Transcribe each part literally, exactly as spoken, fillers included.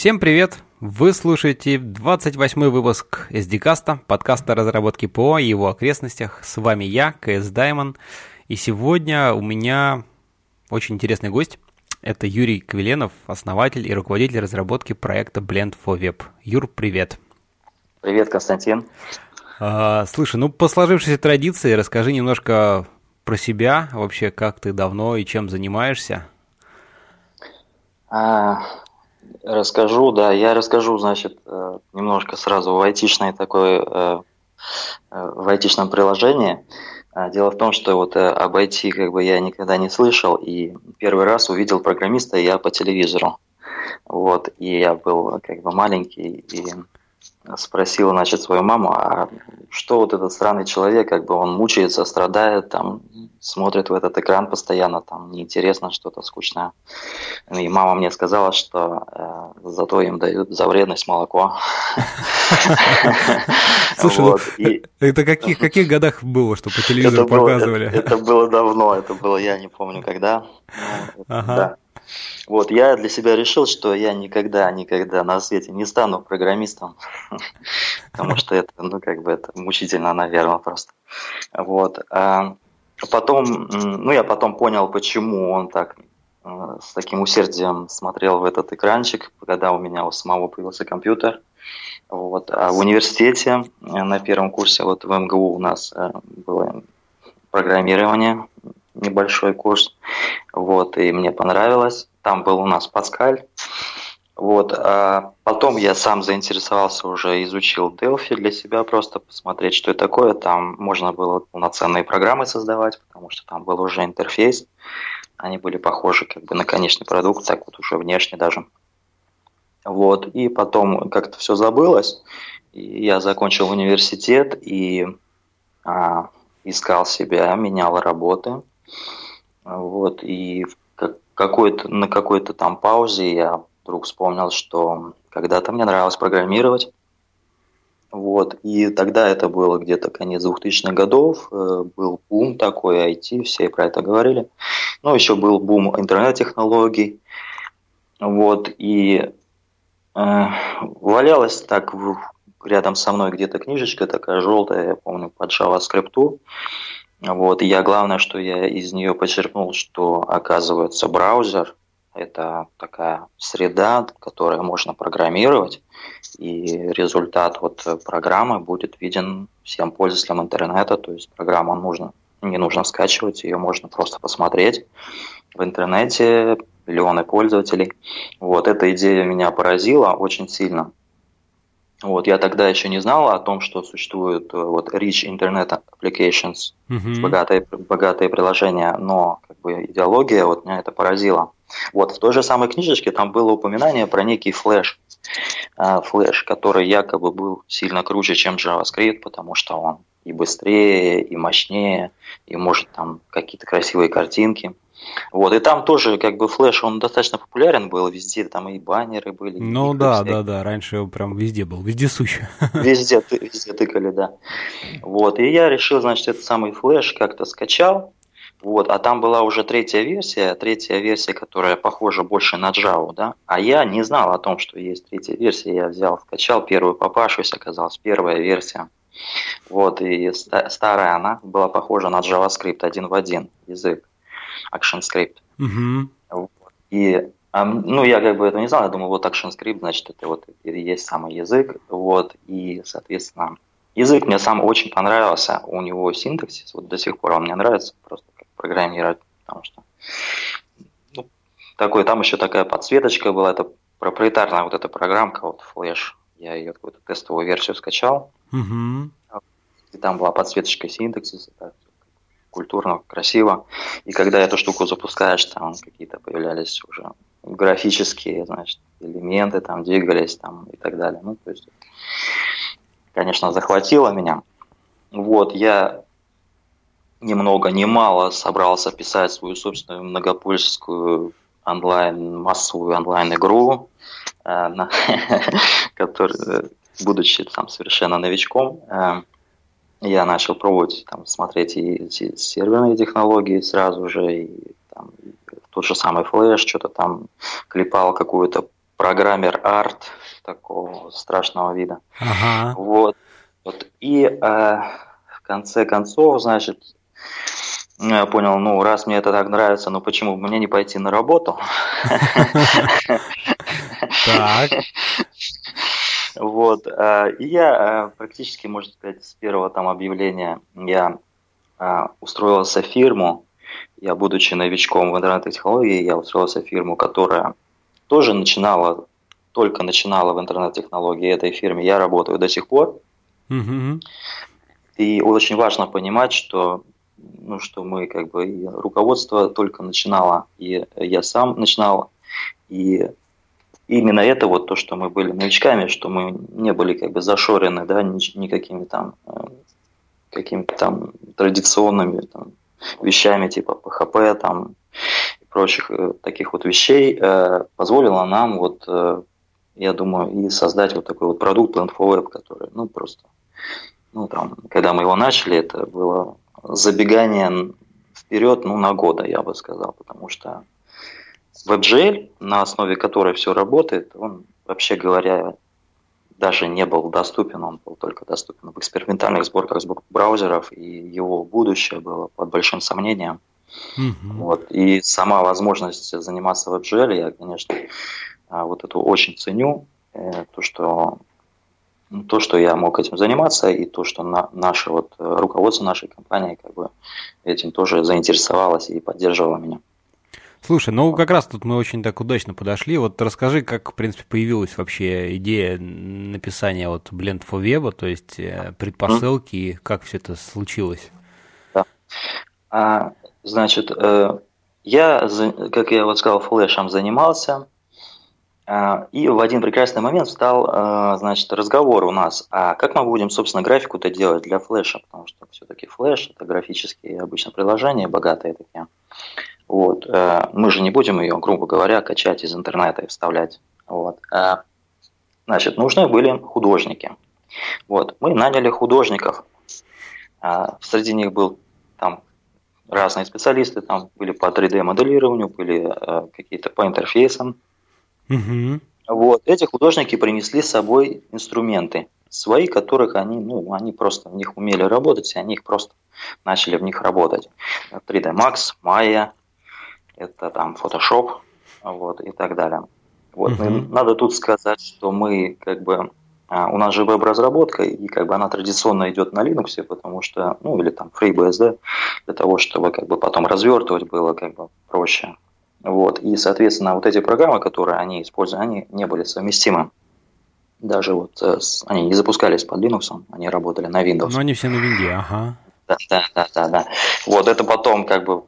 Всем привет! Вы слушаете двадцать восьмой выпуск эс ди-каста, подкаста разработки ПО и его окрестностях. С вами я, кей эс Diamond, и сегодня у меня очень интересный гость. Это Юрий Квиленов, основатель и руководитель разработки проекта Blend for Web. Юр, привет! Привет, Константин! А, слушай, ну по сложившейся традиции расскажи немножко про себя, вообще как ты давно и чем занимаешься. А, расскажу, да, я расскажу, значит, немножко сразу в айтишной такой, в айтишном приложении. Дело в том, что вот об ай ти как бы я никогда не слышал, и первый раз увидел программиста я по телевизору. Вот, и я был как бы маленький, и спросил, значит, свою маму, а что вот этот странный человек, как бы он мучается, страдает, там, смотрит в этот экран постоянно, там, неинтересно, что-то скучное. И мама мне сказала, что э, зато им дают за вредность молоко. Слушай, ну, это в каких годах было, что по телевизору показывали? Это было давно, это было, я не помню, когда. Да. Вот, я для себя решил, что я никогда, никогда на свете не стану программистом, потому что это, ну, как бы, это мучительно, наверное, просто. Вот. А потом, ну, я потом понял, почему он так, с таким усердием смотрел в этот экранчик, когда у меня у самого появился компьютер. Вот. А в университете на первом курсе, вот в эм гэ у у нас было программирование, небольшой курс, вот, и мне понравилось. Там был у нас Паскаль. Вот, а потом я сам заинтересовался, уже изучил Delphi для себя, просто посмотреть, что это такое. Там можно было полноценные программы создавать, потому что там был уже интерфейс. Они были похожи как бы на конечный продукт, так вот уже внешне даже. Вот, и потом как-то все забылось. И я закончил университет и а, искал себя, менял работы. Вот, и какой-то, на какой-то там паузе я вдруг вспомнил, что когда-то мне нравилось программировать. Вот, и тогда это было где-то конец двухтысячных годов, был бум такой ай ти, все про это говорили. Но еще был бум интернет-технологий. Вот, и э, валялась так в, рядом со мной где-то книжечка такая желтая, я помню, под JavaScript. Вот, и я, главное, что я из нее почерпнул, что, оказывается, браузер – это такая среда, которую можно программировать, и результат вот программы будет виден всем пользователям интернета, то есть программу нужно, не нужно скачивать, ее можно просто посмотреть в интернете, миллионы пользователей. Вот, эта идея меня поразила очень сильно. Вот, я тогда еще не знал о том, что существуют вот Rich Internet Applications, mm-hmm. богатые, богатые приложения, но как бы идеология вот меня это поразила. Вот в той же самой книжечке там было упоминание про некий флеш, флеш, который якобы был сильно круче, чем JavaScript, потому что он и быстрее, и мощнее, и может там какие-то красивые картинки. Вот, и там тоже, как бы, флеш, он достаточно популярен был, везде там и баннеры были. Ну и да, всякие. да, да, раньше его прям везде был, вездесущ. Везде, везде тыкали, да. Вот, и я решил, значит, этот самый флеш как-то скачал, вот, а там была уже третья версия, третья версия, которая похожа больше на Java, да, а я не знал о том, что есть третья версия, я взял, скачал первую попавшуюся, оказалась первая версия. Вот, и старая она была похожа на JavaScript один в один язык. ActionScript. Uh-huh. Вот. И, ну, я как бы это не знал, я думал, вот ActionScript, значит, это вот и есть самый язык, вот, и, соответственно, язык мне сам очень понравился, у него синтаксис, вот до сих пор он мне нравится, просто как программировать, потому что, ну, такой, там еще такая подсветочка была, это проприетарная вот эта программка, вот, Flash, я ее какую-то тестовую версию скачал, uh-huh. и там была подсветочка синтаксиса, так, культурно, красиво. И когда эту штуку запускаешь, там какие-то появлялись уже графические, значит, элементы, там двигались, там и так далее. Ну, то есть, конечно, захватило меня. Вот, я ни много ни мало собрался писать свою собственную многопольскую онлайн, массовую онлайн-игру, которая, будучи там совершенно новичком, я начал пробовать там, смотреть и серверные технологии сразу же, и там, тот же самый флеш, что-то там клепал какую-то программер-арт такого страшного вида. Ага. Вот. Вот. И э, в конце концов, значит, я понял, ну, раз мне это так нравится, ну почему бы мне не пойти на работу? Так. Вот. И я практически, можно сказать, с первого там объявления я устроился в фирму. Я, будучи новичком в интернет-технологии, я устроился в фирму, которая тоже начинала, только начинала в интернет-технологии. Этой фирме я работаю до сих пор. Угу. И очень важно понимать, что, ну, что мы как бы и руководство только начинало, и я сам начинал, и именно это вот то, что мы были новичками, что мы не были как бы зашорены, да, никакими там какими-то там традиционными там вещами типа пэ ха пэ там и прочих таких вот вещей, э, позволило нам вот, э, я думаю, и создать вот такой вот продукт Land4Web, который, ну, просто, ну, там, когда мы его начали, это было забегание вперед, ну, на года, я бы сказал, потому что WebGL, на основе которой все работает, он, вообще говоря, даже не был доступен, он был только доступен в экспериментальных сборках браузеров, и его будущее было под большим сомнением. Mm-hmm. Вот. И сама возможность заниматься WebGL, я, конечно, вот эту очень ценю, то, что, то, что я мог этим заниматься, и то, что на, наше вот, руководство нашей компании как бы этим тоже заинтересовалось и поддерживало меня. Слушай, ну как раз тут мы очень так удачно подошли. Вот расскажи, как, в принципе, появилась вообще идея написания вот Land4Web, то есть предпосылки, и как все это случилось? Да. А, значит, я, как я вот сказал, флешем занимался, и в один прекрасный момент встал, значит, разговор у нас, а как мы будем, собственно, графику-то делать для флеша, потому что все-таки флеш – это графические обычно приложения, богатые такие. Вот. Мы же не будем ее, грубо говоря, качать из интернета и вставлять. Вот. Значит, нужны были художники. Вот. Мы наняли художников. Среди них был там разные специалисты, там были по три дэ моделированию, были какие-то по интерфейсам. Угу. Вот. Эти художники принесли с собой инструменты свои, которых они, ну, они просто в них умели работать, и они их просто начали в них работать. три дэ Max, Maya, это там Photoshop, вот, и так далее. Вот. Uh-huh. Надо тут сказать, что мы как бы, у нас же веб-разработка, и как бы она традиционно идет на Linux, потому что, ну, или там FreeBSD, для того, чтобы как бы потом развертывать было как бы проще. Вот. И, соответственно, вот эти программы, которые они используют, они не были совместимы. Даже вот с, они не запускались под Linux, они работали на Windows. Но они все на Винде, ага. Да, да, да, да, да. Вот это потом как бы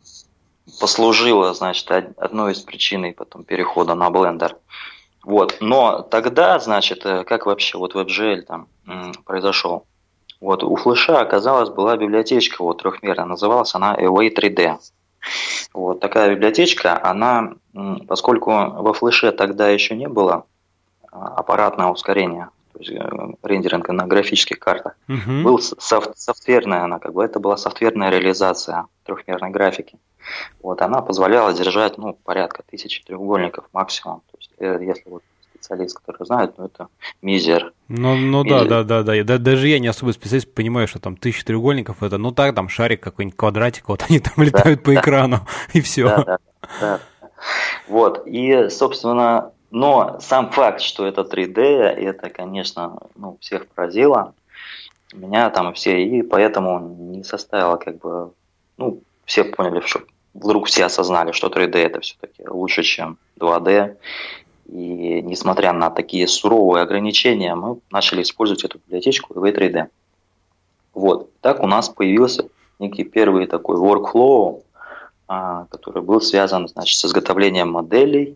послужило, значит, одной из причин потом перехода на Blender. Вот. Но тогда, значит, как вообще вот WebGL там м, произошел? Вот у Флэша оказалась была библиотечка вот трехмерная, называлась она Away три дэ. Вот такая библиотечка, она, поскольку во Флэше тогда еще не было аппаратного ускорения, то есть рендеринга на графических картах, uh-huh. был софт, софтверная она, как бы это была софтверная реализация трехмерной графики. Вот она позволяла держать, ну, порядка тысячи треугольников максимум. То есть, если вот специалист, который знает, ну это мизер. Ну, ну да, да, да, да, да. Даже я не особо специалист, понимаю, что там тысяча треугольников это, ну так, там шарик какой-нибудь, квадратик, вот они там летают да, по да. экрану, и все. Да, да, да. Вот, и, собственно, но сам факт, что это три дэ, это, конечно, ну, всех поразило. Меня там и все, и поэтому не составило, как бы, ну, все поняли, что вдруг все осознали, что три дэ это все-таки лучше, чем два дэ. И несмотря на такие суровые ограничения, мы начали использовать эту библиотечку Away три дэ. Вот. Так у нас появился некий первый такой workflow, который был связан, значит, с изготовлением моделей,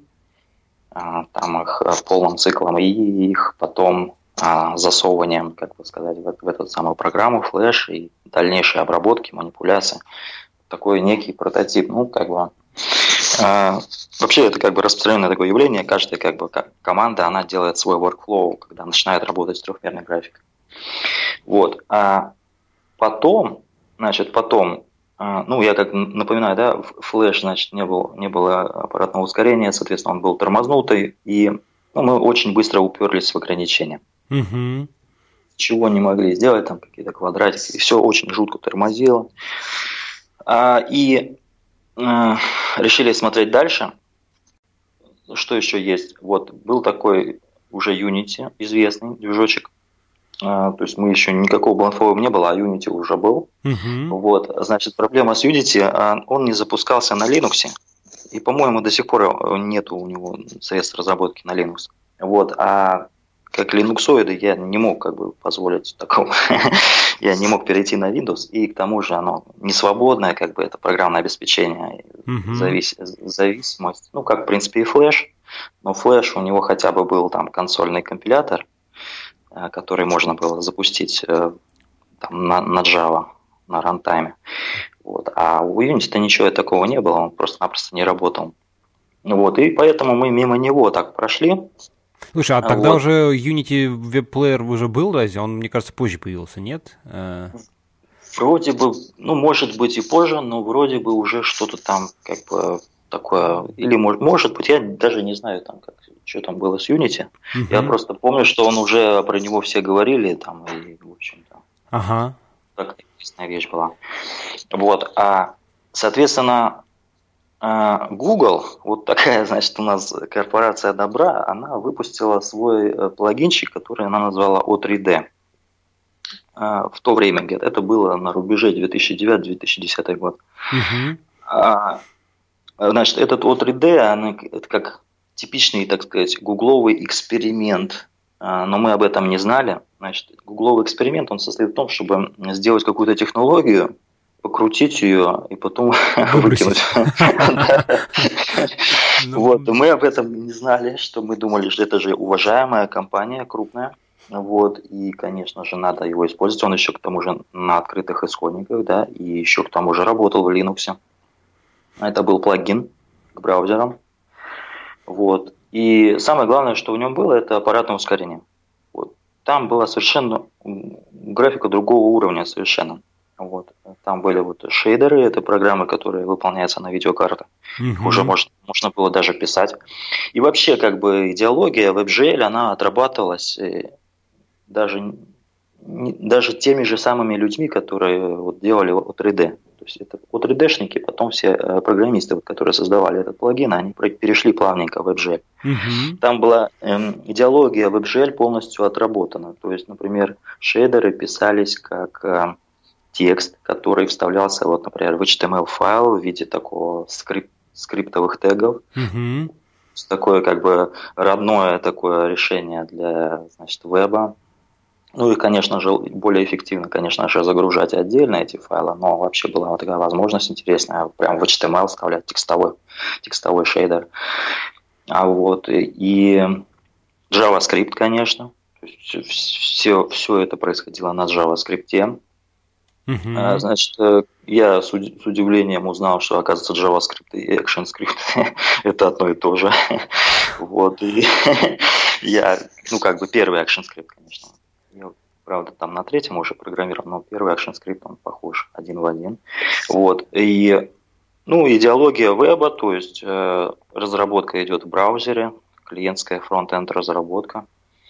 там их полным циклом, и их потом засовыванием, как бы сказать, в, в эту самую программу Flash и дальнейшей обработки, манипуляции. Такой некий прототип, ну, как бы, э, вообще это как бы распространенное такое явление, каждая как бы команда, она делает свой workflow, когда начинает работать с трехмерной графикой. Вот, а потом, значит, потом Ну, я как напоминаю, да, Flash, значит, не, был, не было аппаратного ускорения, соответственно, он был тормознутый, и ну, мы очень быстро уперлись в ограничения. Угу. Чего не могли сделать, там какие-то квадратики, и все очень жутко тормозило. А, и а, решили смотреть дальше. Что еще есть? Вот, был такой уже Unity, известный движочек. А, то есть мы еще никакого Blindflow не было, а Unity уже был. Угу. Вот, значит, проблема с Unity, он не запускался на Linux, и, по-моему, до сих пор нету у него средств разработки на Linux. Вот, а как линуксоиды я не мог как бы позволить такого. Я не мог перейти на Windows, и к тому же оно не свободное, как бы это программное обеспечение, Угу. завис... зависимость. Ну, как, в принципе, и Flash, но Flash у него хотя бы был там консольный компилятор, который можно было запустить там, на, на Java, на рантайме. Вот. А у Unity-то ничего такого не было, он просто-напросто не работал. Вот. И поэтому мы мимо него так прошли. Слушай, а тогда вот. Уже Unity веб-плеер уже был, разве? Он, мне кажется, позже появился, нет? Вроде бы, ну, может быть и позже, но вроде бы уже что-то там как бы такое, или может, может быть, я даже не знаю, там, как, что там было с Unity. Uh-huh. Я просто помню, что он уже про него все говорили, там, и, в общем-то, ага. так интересная вещь была. Вот, а, соответственно, Google, вот такая, значит, у нас корпорация добра, она выпустила свой плагинчик, который она назвала о три дэ. В то время, где-то это было на рубеже две тысячи девятый - две тысячи десятый год. Uh-huh. Значит, этот о три дэ, это как типичный, так сказать, гугловый эксперимент, но мы об этом не знали. Значит, гугловый эксперимент, он состоит в том, чтобы сделать какую-то технологию, покрутить ее и потом выкинуть. Вот, мы об этом не знали, что мы думали, что это же уважаемая компания, крупная. Вот, и, конечно же, надо его использовать. Он еще к тому же на открытых исходниках, да, и еще к тому же работал в Linux. Это был плагин к браузерам. Вот. И самое главное, что в нем было, это аппаратное ускорение. Вот. Там была совершенно графика другого уровня совершенно. Вот. Там были вот шейдеры, это программы, которые выполняются на видеокартах. Mm-hmm. Уже можно, можно было даже писать. И вообще, как бы, идеология WebGL, она отрабатывалась даже, даже теми же самыми людьми, которые вот делали о три дэ. То есть это о три дэ-шники, потом все программисты, вот, которые создавали этот плагин, они перешли плавненько в WebGL. Mm-hmm. Там была э, идеология WebGL полностью отработана. То есть, например, шейдеры писались как э, текст, который вставлялся, вот, например, в эйч ти эм эл-файл в виде такого скрип, скриптовых тегов. Mm-hmm. Такое как бы родное такое решение для, значит, веба. Ну и, конечно же, более эффективно, конечно же, загружать отдельно эти файлы, но вообще была вот такая возможность интересная, прям в эйч ти эм эл вставлять текстовой, текстовой шейдер. А вот, и JavaScript, конечно, то есть все, все это происходило на JavaScript. Uh-huh. Значит, я с удивлением узнал, что, оказывается, JavaScript и ActionScript это одно и то же. Вот, и я, ну, как бы первый ActionScript, конечно. Я, правда, там на третьем уже программировал, но первый ActionScript, он похож один в один. Вот, и, ну, идеология веба, то есть э, разработка идет в браузере, клиентская фронт-энд разработка.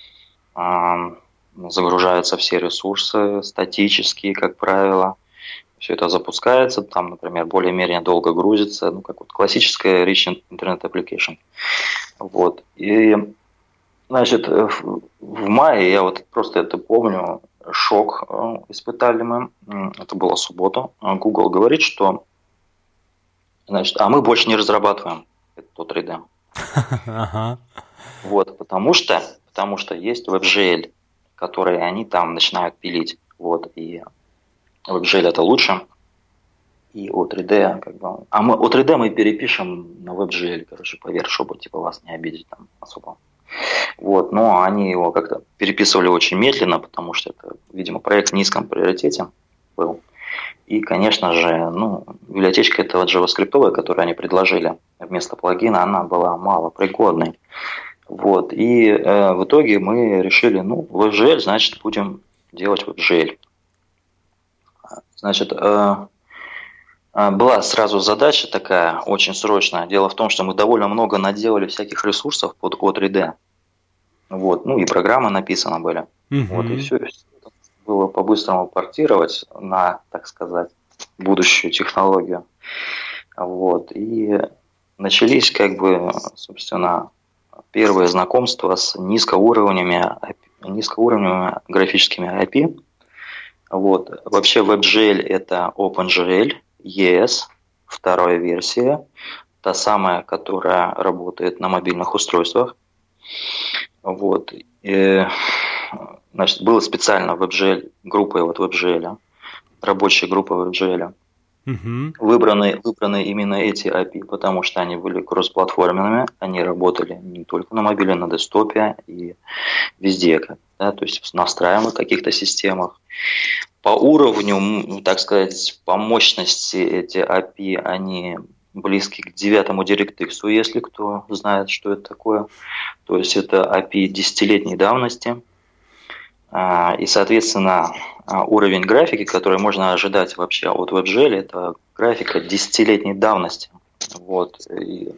Э, загружаются все ресурсы, статические, как правило. Все это запускается, там, например, более-менее долго грузится, ну, как вот классическая Rich Internet Application. Вот, и... Значит, в мае, я вот просто это помню, шок испытали мы, это была суббота, Google говорит, что, значит, а мы больше не разрабатываем это о три дэ. Ага. Вот, потому что, потому что есть WebGL, которые они там начинают пилить, вот, и WebGL это лучше, и о три дэ, как бы, а мы о три дэ мы перепишем на WebGL, короче, поверх, чтобы, типа, вас не обидеть там особо. Вот, но они его как-то переписывали очень медленно, потому что это, видимо, проект в низком приоритете был. И, конечно же, ну, библиотечка этого JavaScript, которую они предложили вместо плагина, она была малопригодной. Вот, и э, в итоге мы решили, ну, WebGL, значит, будем делать WebGL. Значит, э, Была сразу задача такая, очень срочная. Дело в том, что мы довольно много наделали всяких ресурсов под о три дэ. Вот, ну и программы написаны были. Uh-huh. Вот, и все, все это было по-быстрому портировать на, так сказать, будущую технологию. Вот, и начались, как бы, собственно, первые знакомства с низкоуровневыми, низкоуровневыми графическими эй пи ай. Вот. Вообще WebGL это OpenGL и эс, вторая версия, та самая, которая работает на мобильных устройствах. Вот. И, значит, было специально WebGL, группа вот WebGL, рабочая группа WebGL. Uh-huh. Выбраны, выбраны именно эти эй пи ай, потому что они были кроссплатформенными, они работали не только на мобиле, на десктопе и везде, да, то есть в настраиваемых каких-то системах. По уровню, так сказать, по мощности эти эй пи ай, они близки к девятому DirectX, если кто знает, что это такое. То есть это эй пи ай десятилетней давности. И, соответственно, уровень графики, который можно ожидать вообще от WebGL, это графика десятилетней давности. Вот. И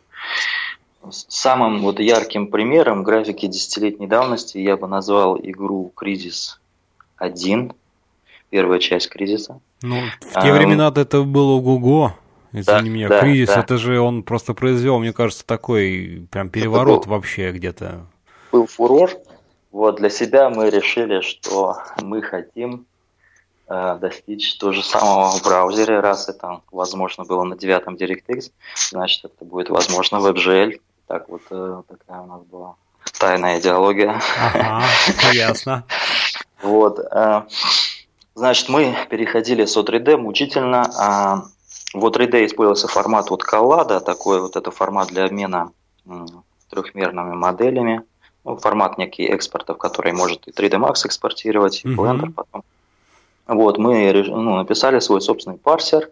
самым вот ярким примером графики десятилетней давности я бы назвал игру Crysis один, первая часть Кризиса. Ну, в те а, времена-то это было ого-го. Извини да, меня, да, Кризис, да. Это же он просто произвел, мне кажется, такой прям переворот был, вообще где-то. Был фурор. Вот для себя мы решили, что мы хотим э, достичь того же самого в браузере, раз это возможно было на девятом DirectX, значит это будет возможно в WebGL. Так вот э, такая у нас была тайная идеология. Ага, ясно. Вот, э, значит мы переходили с о три дэ мучительно. А в о три дэ использовался формат вот коллада, такой вот это формат для обмена м, трехмерными моделями. Ну, формат некий экспортов, который может и три дэ Max экспортировать, и Blender потом. Вот, мы ну, написали свой собственный парсер,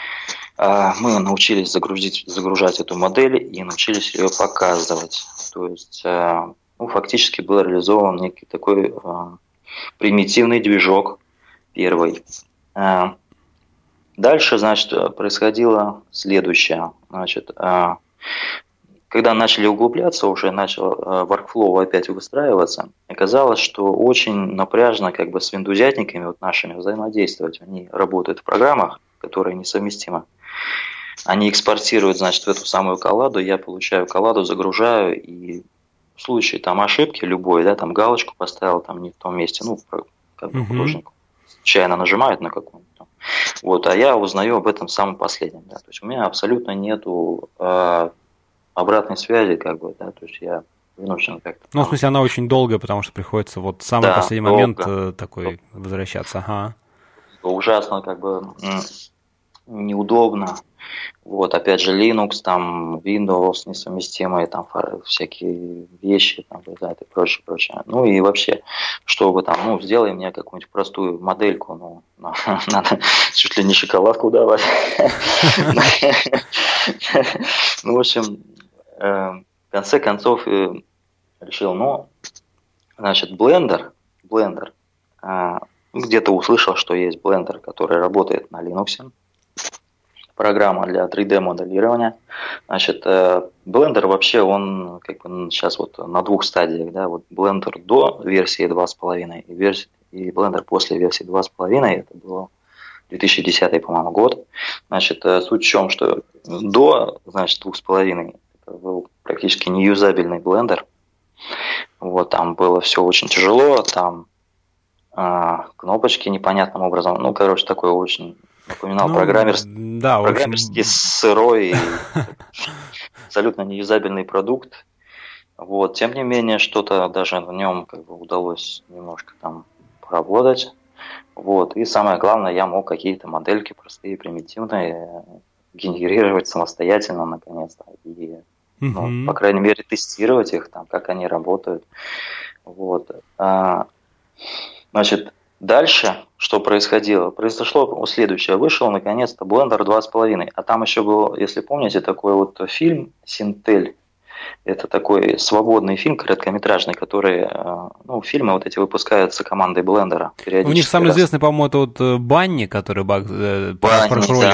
мы научились загрузить, загружать эту модель и научились ее показывать. То есть, ну, фактически был реализован некий такой примитивный движок первый. Дальше, значит, происходило следующее. Значит, когда начали углубляться, уже начал workflow опять выстраиваться, оказалось, что очень напряжно как бы с виндузятниками вот нашими взаимодействовать. Они работают в программах, которые несовместимы. Они экспортируют, значит, в эту самую колладу, я получаю колладу, загружаю, и в случае там ошибки любой, да, там галочку поставил там не в том месте, ну, как бы художник случайно нажимает на какую-нибудь. Вот, а я узнаю об этом самым последнем. Да. То есть у меня абсолютно нету э, обратной связи, как бы, да, то есть я вынужден как-то... Ну, в смысле, она очень долгая, потому что приходится вот в самый да, последний долго. момент э, такой долго. возвращаться. Ага. Ужасно, как бы, неудобно. Вот, опять же, Linux, там, Windows несовместимые, там, всякие вещи, там, да, и прочее, прочее. Ну, и вообще, чтобы там, ну, сделай мне какую-нибудь простую модельку, ну, надо чуть ли не шоколадку давать. Ну, в общем, в конце концов решил, ну, значит, Blender, Blender, где-то услышал, что есть Blender, который работает на Linux, программа для три дэ моделирования. Значит, Blender вообще, он как бы сейчас вот на двух стадиях, да, вот Blender до версии два с половиной и, версии, и Blender после версии два с половиной, это было две тысячи десятый, по-моему, год. Значит, суть в чем, что до, значит, двух с половиной это был практически неюзабельный Blender. Вот, там было все очень тяжело, там а, кнопочки непонятным образом, ну, короче, такое очень напоминал ну, программерский, да, программерский общем... сырой, абсолютно неюзабельный продукт. Вот, тем не менее, что-то даже в нем как бы удалось немножко там поработать. Вот, и самое главное, я мог какие-то модельки простые, примитивные генерировать самостоятельно, наконец-то. И, ну, mm-hmm. по крайней мере, тестировать их, там, как они работают. Вот. А, значит, дальше, что происходило? Произошло следующее. Вышел, наконец-то, Blender два с половиной. А там еще был, если помните, такой вот фильм «Синтель». Это такой свободный фильм, короткометражный, который, ну, фильмы вот эти выпускаются командой Blender. У них самый известный, по-моему, это вот Банни, который баг, Банни, про кролика.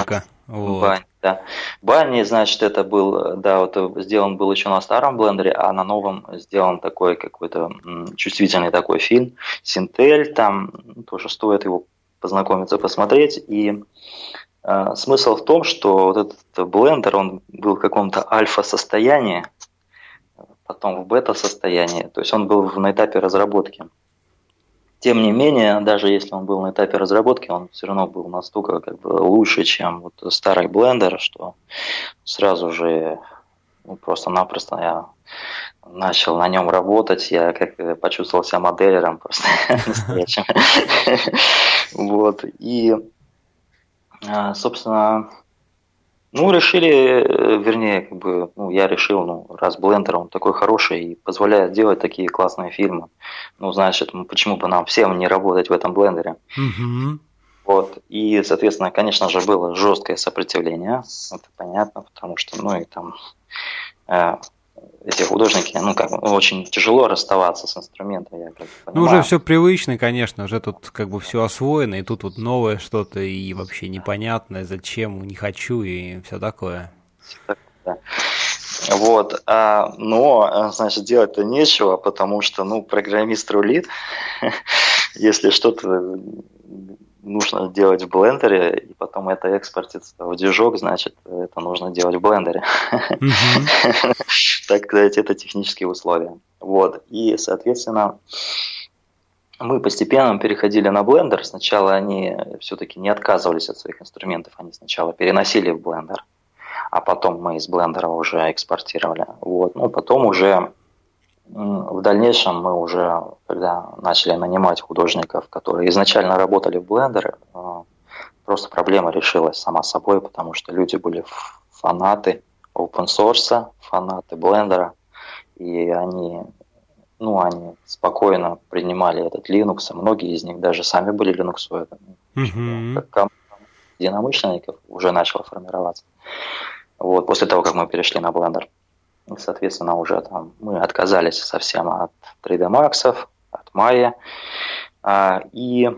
Вот. Бани, да. Бани, значит, это был, да, вот сделан был еще на старом блендере, а на новом сделан такой какой-то чувствительный такой фильм. Синтель, там тоже стоит его познакомиться, посмотреть. И э, смысл в том, что вот этот блендер, он был в каком-то альфа-состоянии, потом в бета-состоянии, то есть он был на этапе разработки. Тем не менее, даже если он был на этапе разработки, он все равно был настолько как бы лучше, чем вот старый блендер, что сразу же ну, просто-напросто я начал на нем работать, я как почувствовал себя моделером просто настоящим. Вот, и, собственно, ну, решили, вернее, как бы, ну, я решил, ну, раз блендер, он такой хороший и позволяет делать такие классные фильмы, ну, значит, почему бы нам всем не работать в этом блендере? Угу. Вот, и, соответственно, конечно же, было жесткое сопротивление, это понятно, потому что, ну, и там э, эти художники, ну, как бы, очень тяжело расставаться с инструментом, я как Ну, уже все привычно, конечно, уже тут как бы все освоено, и тут вот новое что-то, и вообще непонятное, зачем, не хочу, и все такое. Да. Вот, а, но, значит, делать-то нечего, потому что, ну, программист рулит, если что-то нужно делать в блендере, и потом это экспортится в движок, значит, это нужно делать в блендере. Так сказать, это технические условия. Вот, и, соответственно, мы постепенно переходили на блендер. Сначала они все-таки не отказывались от своих инструментов, они сначала переносили в блендер, а потом мы из блендера уже экспортировали. Вот. Ну, потом уже в дальнейшем мы уже, когда начали нанимать художников, которые изначально работали в блендере, просто проблема решилась сама собой, потому что люди были фанаты open source, фанаты блендера, и они, ну, они спокойно принимали этот Linux, многие из них даже сами были линуксоидами. Mm-hmm. Как единомышленников уже начало формироваться. Вот, после того, как мы перешли на блендер. И, соответственно, уже там мы отказались совсем от три дэ Max, от Maya, а, и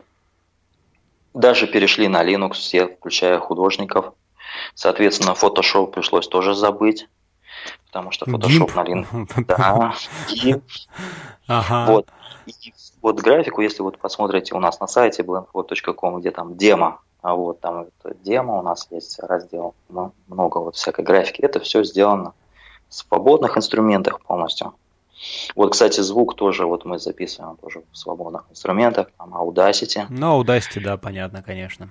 даже перешли на Linux все, включая художников. Соответственно, Photoshop пришлось тоже забыть, потому что Photoshop на Linux. Да, GIMP. Ага. Вот. И вот графику, если вот посмотрите у нас на сайте blendflow точка ком, где там демо, а вот там это демо, у нас есть раздел, много вот всякой графики, это все сделано в свободных инструментах полностью. Вот, кстати, звук тоже вот мы записываем тоже в свободных инструментах, там Audacity. Ну, Audacity, да, понятно, конечно.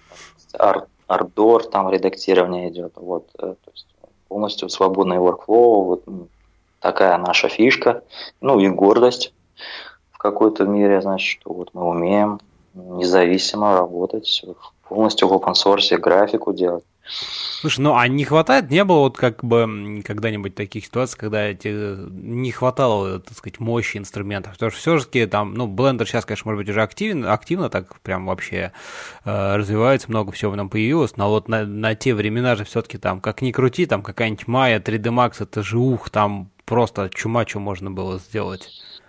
Ardor, там редактирование идет, вот, то есть полностью свободный workflow, вот такая наша фишка, ну и гордость в какой-то мере, значит, что вот мы умеем независимо работать, полностью в open source графику делать. Слушай, ну а не хватает, не было вот как бы когда-нибудь таких ситуаций, когда тебе не хватало, так сказать, мощи инструментов? Потому что все-таки там, ну, Blender сейчас, конечно, может быть, уже активно, активно так прям вообще э, развивается, много всего в нем появилось, но вот на, на те времена же все-таки там, как ни крути, там какая-нибудь Maya, три дэ Max, это же ух, там просто чума, что можно было сделать.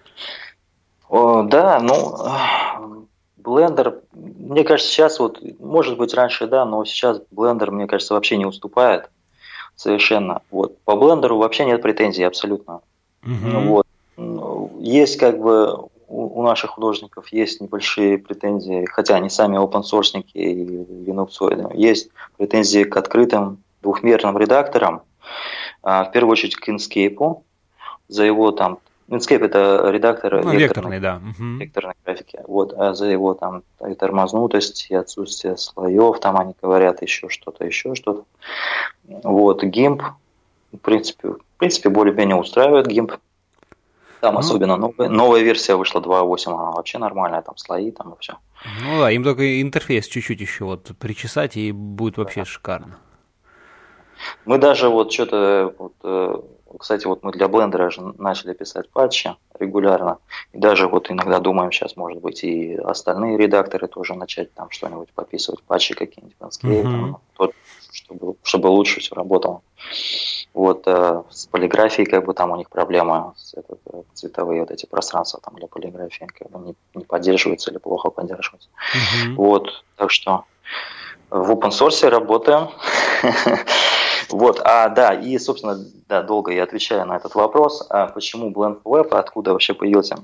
О, да, ну... Blender, мне кажется, сейчас вот, может быть, раньше, да, но сейчас Blender, мне кажется, вообще не уступает совершенно. Вот. По Blender вообще нет претензий абсолютно. Mm-hmm. Вот. Есть как бы у, у наших художников есть небольшие претензии, хотя они сами open-sourcenики и линуксоиды. Есть претензии к открытым двухмерным редакторам, в первую очередь к Inkscape, за его там Inkscape — это редактор ну, векторной, да. угу. векторной графики. Вот, а за его там и тормознутость, и отсутствие слоев, там они говорят еще что-то, еще что-то. Вот, гимп, в принципе, в принципе более-менее устраивает гимп. Там ну, особенно новая, новая версия вышла два точка восемь, она вообще нормальная, там слои, там и все. Ну да, им только интерфейс чуть-чуть еще вот причесать, и будет вообще да. шикарно. Мы даже вот что-то... Вот, кстати, вот мы для блендера же начали писать патчи регулярно. И даже вот иногда думаем сейчас, может быть, и остальные редакторы тоже начать там что-нибудь подписывать, патчи какие-нибудь, Landscape, mm-hmm. там, чтобы, чтобы лучше все работало. Вот э, с полиграфией как бы там у них проблемы, с, это, цветовые вот эти пространства там для полиграфии как бы не, не поддерживаются или плохо поддерживаются. Mm-hmm. Вот, так что В open source работаем. Вот, а, да, и, собственно, да, долго я отвечаю на этот вопрос, а почему Blend for Web, откуда вообще появился?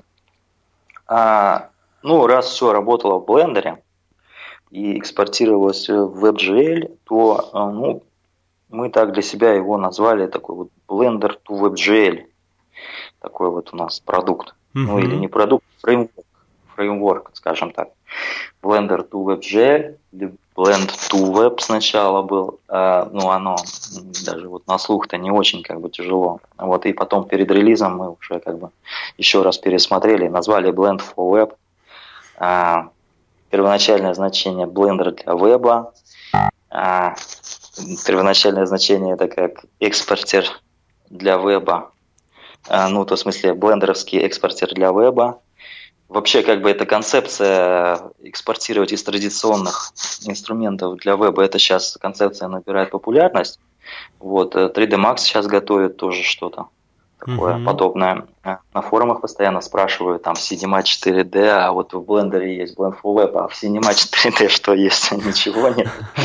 А, ну, раз все работало в Blender и экспортировалось в WebGL, то, ну, мы так для себя его назвали, такой вот Blender to WebGL, такой вот у нас продукт, mm-hmm. ну, или не продукт, фреймворк, фреймворк, скажем так. Blender to WebGL, Blend to Web сначала был, э, ну оно даже вот на слух-то не очень как бы тяжело. Вот, и потом перед релизом мы уже как бы еще раз пересмотрели, назвали Blend for Web. Э, первоначальное значение Blender для веба. Э, первоначальное значение это как экспортер для веба. Э, ну, то в смысле блендеровский экспортер для веба. Вообще, как бы эта концепция экспортировать из традиционных инструментов для веба, это сейчас концепция набирает популярность. Вот, три дэ Max сейчас готовит тоже что-то такое mm-hmm. подобное. На форумах постоянно спрашивают, там, Cinema четыре дэ, а вот в Blender есть Blend for Web, а в Cinema четыре дэ что есть? Ничего нет.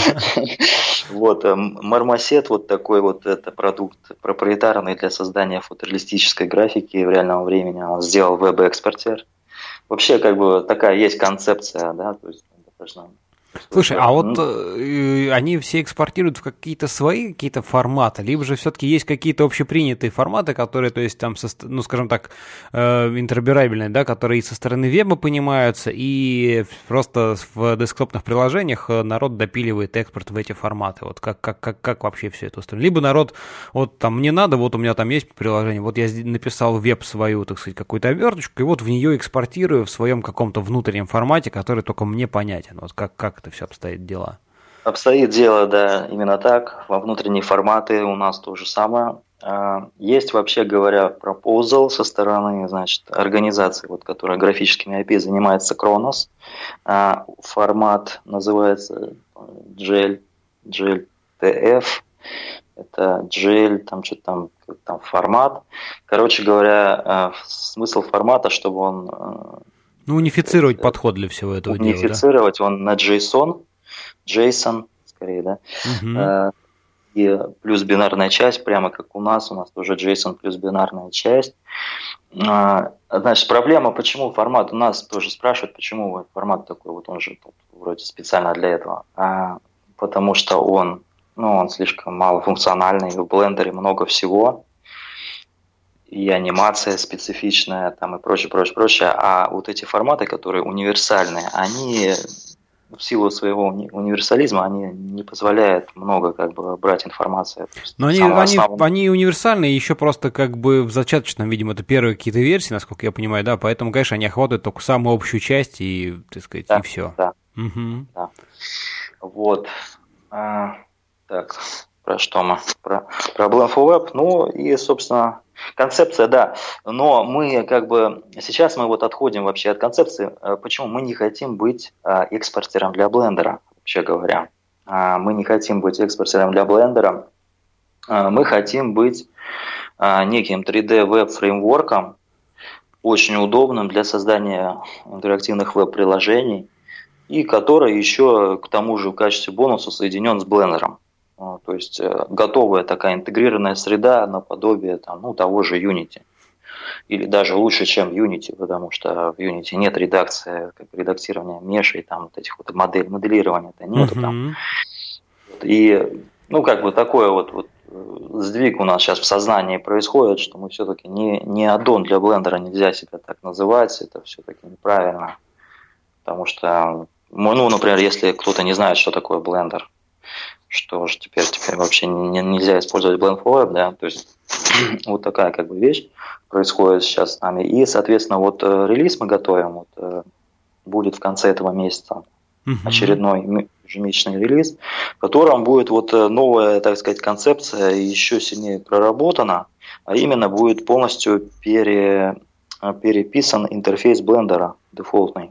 Вот, Marmoset, вот такой вот, это продукт проприетарный для создания фотореалистической графики в реальном времени. Он сделал веб-экспортер. Вообще, как бы, такая есть концепция, да, то есть достаточно... Слушай, а вот э, они все экспортируют в какие-то свои какие-то форматы, либо же все-таки есть какие-то общепринятые форматы, которые, то есть, там, со, ну, скажем так, э, интероперабельные, да, которые и со стороны веба понимаются, и просто в десктопных приложениях народ допиливает экспорт в эти форматы. Вот как, как, как, как вообще все это устроено? Либо народ, вот там мне надо, вот у меня там есть приложение, вот я написал веб свою, так сказать, какую-то оберточку, и вот в нее экспортирую в своем каком-то внутреннем формате, который только мне понятен. Вот как, как это все обстоит дела? Обстоит дело, да, именно так. Во внутренние форматы у нас то же самое. Есть, вообще говоря, пропозал со стороны, значит, организации, вот, которая графическими эй пи ай занимается, Kronos. Формат называется джи эл, джи эл ти эф. Это джи эл, там что-то там, там формат. Короче говоря, смысл формата, чтобы он... Ну, унифицировать подход для всего этого дела, да? Унифицировать он на JSON, JSON, скорее, да. Uh-huh. И плюс бинарная часть, прямо как у нас, у нас тоже JSON плюс бинарная часть. Значит, проблема, почему формат, у нас тоже спрашивают, почему формат такой, вот он же тут вроде специально для этого. Потому что он, ну, он слишком малофункциональный, в блендере много всего. И анимация специфичная, там и прочее, прочее, прочее. А вот эти форматы, которые универсальные, они в силу своего уни- универсализма, они не позволяют много как бы брать информацию. Но они, они, они универсальные, еще просто как бы в зачаточном, видимо, это первые какие-то версии, насколько я понимаю, да, поэтому, конечно, они охватывают только самую общую часть и, так сказать, да, и все. Да, угу. да. Вот. А, так, про что мы? Про, про Blend for Web, ну и, собственно... Концепция, да, но мы как бы, сейчас мы вот отходим вообще от концепции, почему мы не хотим быть экспортером для блендера, вообще говоря. Мы не хотим быть экспортером для блендера, мы хотим быть неким три дэ веб-фреймворком, очень удобным для создания интерактивных веб-приложений, и который еще к тому же в качестве бонуса соединен с блендером. То есть готовая такая интегрированная среда наподобие там, ну, того же Unity. Или даже лучше, чем Unity, потому что в Unity нет редакции, как редактирования мешей, там вот этих вот модель, моделирования это нету uh-huh. там. И ну как бы такой вот, вот сдвиг у нас сейчас в сознании происходит, что мы все-таки не, не аддон для блендера, нельзя себя так называть, это все-таки неправильно. Потому что, ну, например, если кто-то не знает, что такое блендер, что же теперь, теперь вообще не, нельзя использовать Blend for Web, да, то есть вот такая как бы вещь происходит сейчас с нами. И, соответственно, вот релиз мы готовим, вот, будет в конце этого месяца uh-huh. очередной ежемесячный релиз, в котором будет вот новая, так сказать, концепция еще сильнее проработана, а именно будет полностью пере, переписан интерфейс блендера дефолтный.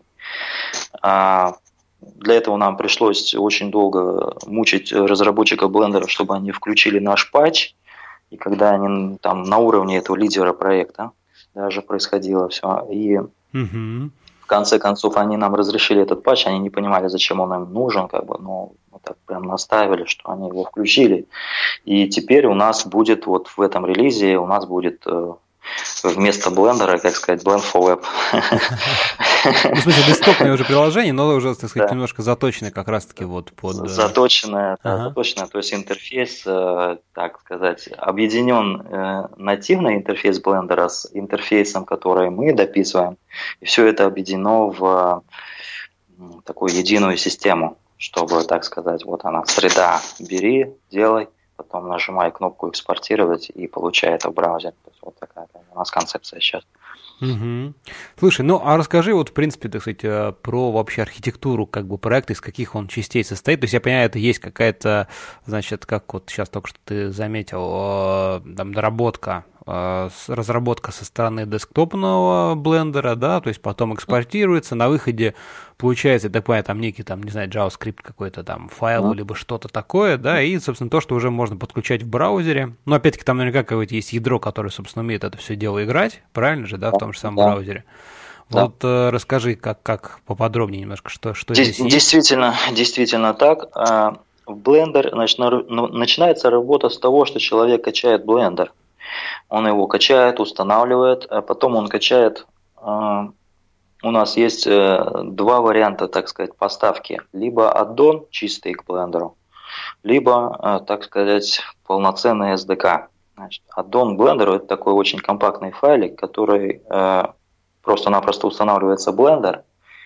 Для этого нам пришлось очень долго мучить разработчиков блендера, чтобы они включили наш патч. И когда они там на уровне этого лидера проекта даже происходило все. И mm-hmm. в конце концов они нам разрешили этот патч, они не понимали, зачем он им нужен, как бы, но мы так прям настаивали, что они его включили. И теперь у нас будет вот в этом релизе, у нас будет э, вместо блендера, как сказать, Blend for Web. Ну, в смысле, десктопное уже приложение, но уже, так сказать, да. немножко заточенное как раз-таки вот под... Заточенное, да, ага. заточенное, то есть интерфейс, э, так сказать, объединен э, нативный интерфейс блендера с интерфейсом, который мы дописываем, и все это объединено в э, такую единую систему, чтобы, так сказать, вот она, среда, бери, делай, потом нажимай кнопку «Экспортировать» и получай это в браузере. То есть вот такая у нас концепция сейчас. Угу. Слушай, ну а расскажи вот в принципе, так сказать, про вообще архитектуру как бы проекта, из каких он частей состоит. То есть я понимаю, это есть какая-то, значит, как вот сейчас только что ты заметил, там доработка, разработка со стороны десктопного блендера, да, то есть потом экспортируется, на выходе получается, я так понимаю, там некий, там, не знаю, JavaScript какой-то там файл, либо что-то такое, да, и, собственно, то, что уже можно подключать в браузере. Но, опять-таки, там наверняка какое-то есть ядро, которое, собственно, умеет это все дело играть, правильно же, да, в том же самом да. браузере. Вот да. э, расскажи, как, как поподробнее немножко, что, что Дес- здесь есть. Действительно, действительно так. В Blender, значит, начинается работа с того, что человек качает Blender. Он его качает, устанавливает, а потом он качает... Э, у нас есть э, два варианта, так сказать, поставки. Либо аддон чистый к Blender, либо, э, так сказать, полноценный эс ди кей. Значит, аддон к Blender – это такой очень компактный файлик, который э, просто-напросто устанавливается в Blender.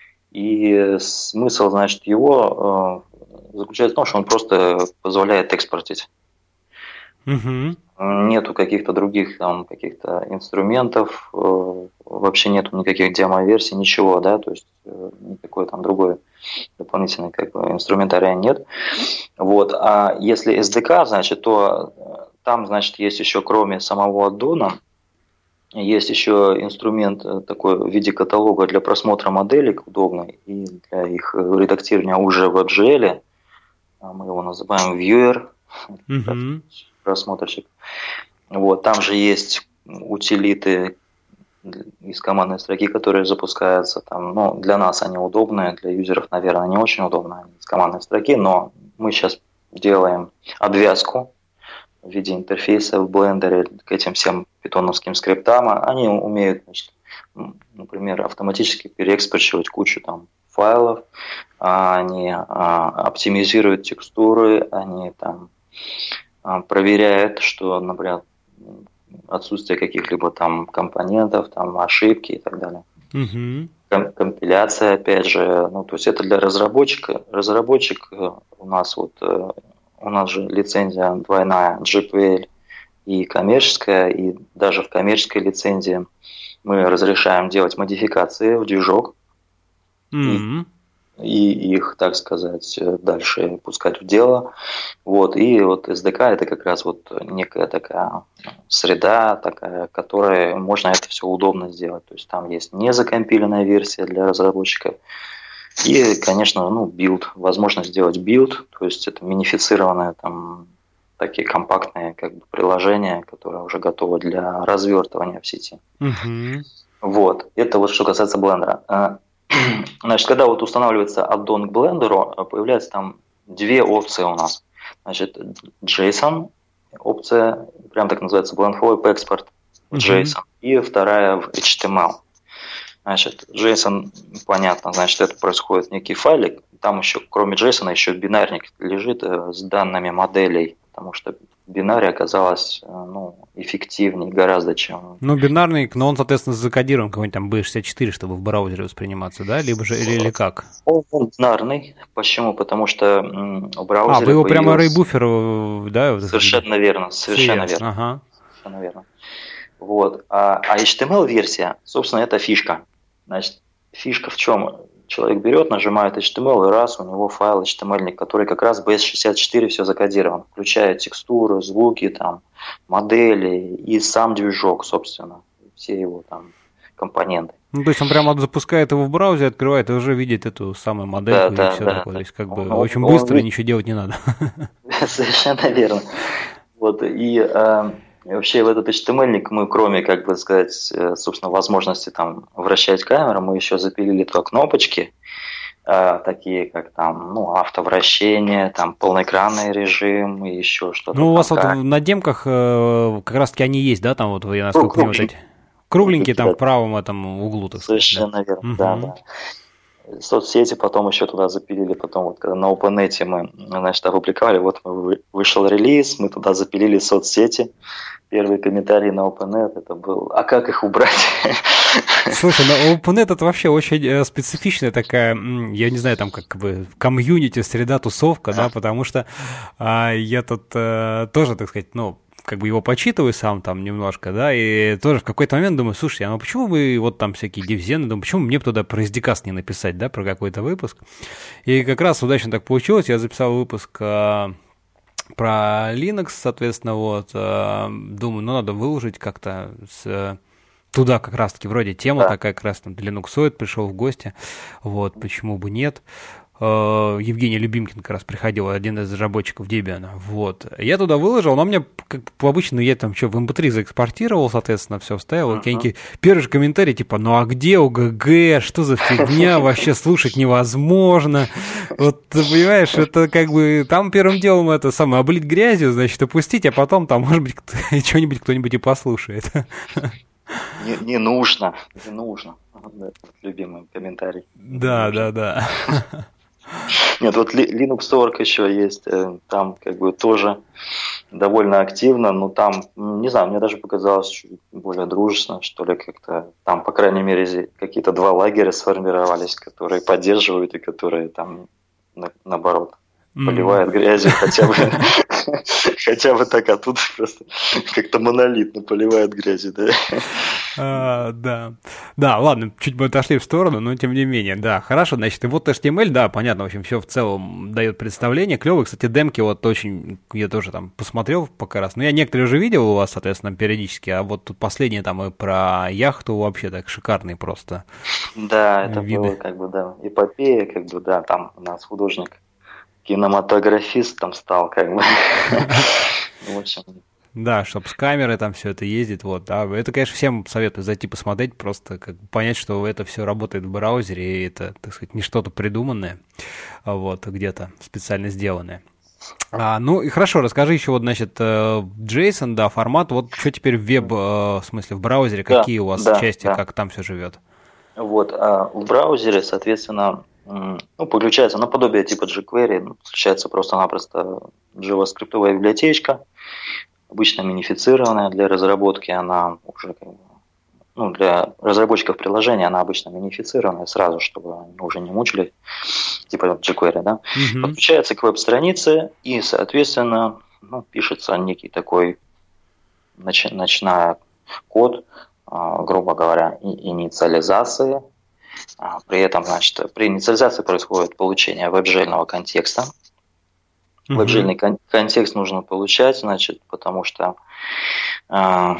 И смысл, значит, его э, заключается в том, что он просто позволяет экспортить. Mm-hmm. Нету каких-то других там каких-то инструментов, э, вообще нету никаких демо-версий, ничего, да, то есть э, никакой там другой дополнительный как бы инструментария нет. Вот, а если эс ди кей, значит, то там, значит, есть еще кроме самого аддона, есть еще инструмент такой в виде каталога для просмотра моделек удобный и для их редактирования уже в джи эл. Мы его называем Viewer, mm-hmm. просмотрщик. Вот, там же есть утилиты из командной строки, которые запускаются. Там, ну, для нас они удобные, для юзеров, наверное, не очень удобно из командной строки, но мы сейчас делаем обвязку в виде интерфейса в Blender к этим всем питоновским скриптам. Они умеют, значит, например, автоматически переэкспортировать кучу там файлов, они оптимизируют текстуры, они там проверяют, что, например, отсутствие каких-либо там компонентов, там ошибки и так далее. Mm-hmm. Компиляция, опять же, ну, то есть это для разработчика. Разработчик у нас вот, у нас же лицензия двойная, джей пи эл и коммерческая, и даже в коммерческой лицензии мы разрешаем делать модификации в движок. Mm-hmm. И, и их, так сказать, дальше пускать в дело. Вот. И вот эс ди кей это как раз вот некая такая среда, такая, которой можно это все удобно сделать. То есть там есть незакомпиленная версия для разработчиков. И, конечно, ну, билд, возможность сделать билд, то есть это минифицированные там такие компактные как бы приложения, которые уже готовы для развертывания в сети. Mm-hmm. Вот. Это вот что касается Blender. Значит, когда вот устанавливается аддон к Blender, появляются там две опции у нас. Значит, JSON опция, прям так называется, Blend for Web Export в JSON, mm-hmm. и вторая в эйч ти эм эл. Значит, JSON, понятно, значит, это происходит некий файлик, там еще, кроме JSON, еще бинарник лежит с данными моделей, потому что бинарий оказалось ну, эффективнее гораздо, чем... Ну, бинарный, но он, соответственно, закодирован какой-нибудь там би шестьдесят четыре, чтобы в браузере восприниматься, да? Либо же, или, или как? Он, он бинарный. Почему? Потому что в браузере... А, вы его появился... прямо рейбуфер, да? Совершенно верно, совершенно Серьезно? верно. Ага. Совершенно верно. Вот. А, а эйч ти эм эл-версия, собственно, это фишка. Значит, фишка в чем? Человек берет, нажимает эйч ти эм эл, и раз, у него файл эйч ти эм эл, который как раз би эс шестьдесят четыре все закодирован, включая текстуры, звуки, там, модели и сам движок, собственно, все его там компоненты. Ну, то есть он прямо запускает его в браузер, открывает и уже видит эту самую модельку, да, и да, все да, такое. Да. То есть как бы он, очень он, быстро, он... ничего делать не надо. Совершенно верно. Вот, и... И вообще в этот эйч ти эм эл-ник мы, кроме, как бы сказать, собственно, возможности там вращать камеру, мы еще запилили туда кнопочки, э, такие как там, ну, автовращение, там полноэкранный режим и еще что-то. Ну, у вас там, вот как... на демках э, как раз-таки они есть, да, там вот, я насколько Круг, понимаю, вот эти кругленькие там да. в правом этом углу, так сказать. Совершенно Да. верно, Угу. да, да. Соцсети потом еще туда запилили, потом вот когда на OpenNet мы, значит, опубликовали, вот вышел релиз, мы туда запилили соцсети. Первый комментарий на OpenNet это был, а как их убрать? Слушай, ну OpenNet это вообще очень специфичная такая, я не знаю, там как бы комьюнити, среда, тусовка, да, потому что а, я тут а, тоже, так сказать, ну, как бы его почитываю сам там немножко, да, и тоже в какой-то момент думаю, слушай, а ну почему вы вот там всякие дивзены, думаю, почему мне туда про эс ди каст не написать, да, про какой-то выпуск. И как раз удачно так получилось, я записал выпуск а, про Linux, соответственно, вот, а, думаю, ну надо выложить как-то с... Туда как раз-таки вроде тема да. такая, как раз там Linuxoid пришел в гости, вот, почему бы нет. Евгений Любимкин как раз приходил, один из разработчиков Debian, вот. Я туда выложил, но мне, как обычно, я там что, в эм пэ три заэкспортировал, соответственно, все вставил. Uh-huh. Какие-нибудь первый же комментарий, типа, ну а где о гэ гэ, что за фигня, вообще слушать невозможно. Вот, ты понимаешь, это как бы, там первым делом это самое, облить грязью, значит, опустить, а потом там, может быть, что-нибудь кто-нибудь и послушает. Не, не нужно, не нужно. Любимый комментарий. Да, да, да. Нет, вот Linux точка орг еще есть, там как бы тоже довольно активно, но там, не знаю, мне даже показалось чуть более дружественно, что ли, как-то там, по крайней мере, какие-то два лагеря сформировались, которые поддерживают и которые там, на, наоборот, поливают грязью хотя бы, хотя бы так, а тут просто как-то монолитно поливают грязью, да? А, да, да, ладно, чуть бы отошли в сторону, но тем не менее, да, хорошо, значит, и вот эйч ти эм эль, да, понятно, в общем, все в целом дает представление, клевые, кстати, демки вот очень, я тоже там посмотрел пока раз, но я некоторые уже видел у вас, соответственно, периодически, а вот тут последние там и про яхту вообще так шикарные просто. Да, это виды. Было как бы, да, эпопея, как бы, да, там у нас художник, кинематографист там стал, как бы, в общем... Да, чтобы с камерой там все это ездит, вот, да, это, конечно, всем советую зайти посмотреть, просто как бы понять, что это все работает в браузере, и это, так сказать, не что-то придуманное, вот, где-то специально сделанное. А, ну и хорошо, расскажи еще вот, значит, JSON, да, формат, вот что теперь в веб, в смысле в браузере, да, какие у вас да, части, да. Как там все живет? Вот, а в браузере, соответственно, ну, подключается наподобие типа jQuery, подключается просто-напросто JavaScript-овая библиотечка, обычно минифицированная для разработки, она уже как бы, ну, для разработчиков приложения она обычно минифицированная сразу, чтобы они уже не мучили, типа jQuery, да. Mm-hmm. Подключается к веб-странице и, соответственно, ну, пишется некий такой нач- ночной код, а, грубо говоря, и инициализации. А, при этом, значит, при инициализации происходит получение веб-джейльного контекста. Веб-джейльный кон- контекст нужно получать, значит, потому что, э,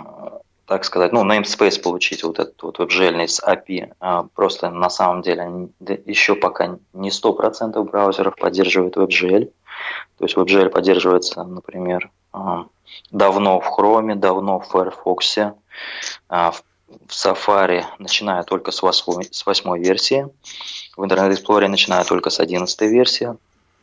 так сказать, ну, namespace получить вот этот вот веб-джейльный с эй пи ай, э, просто на самом деле еще пока не сто процентов браузеров поддерживает WebGL. То есть WebGL поддерживается, например, э, давно в Chrome, давно в Firefox, э, в, в Safari, начиная только с восьмой, с восьмой версии, в Internet Explorer начиная только с одиннадцатой версии.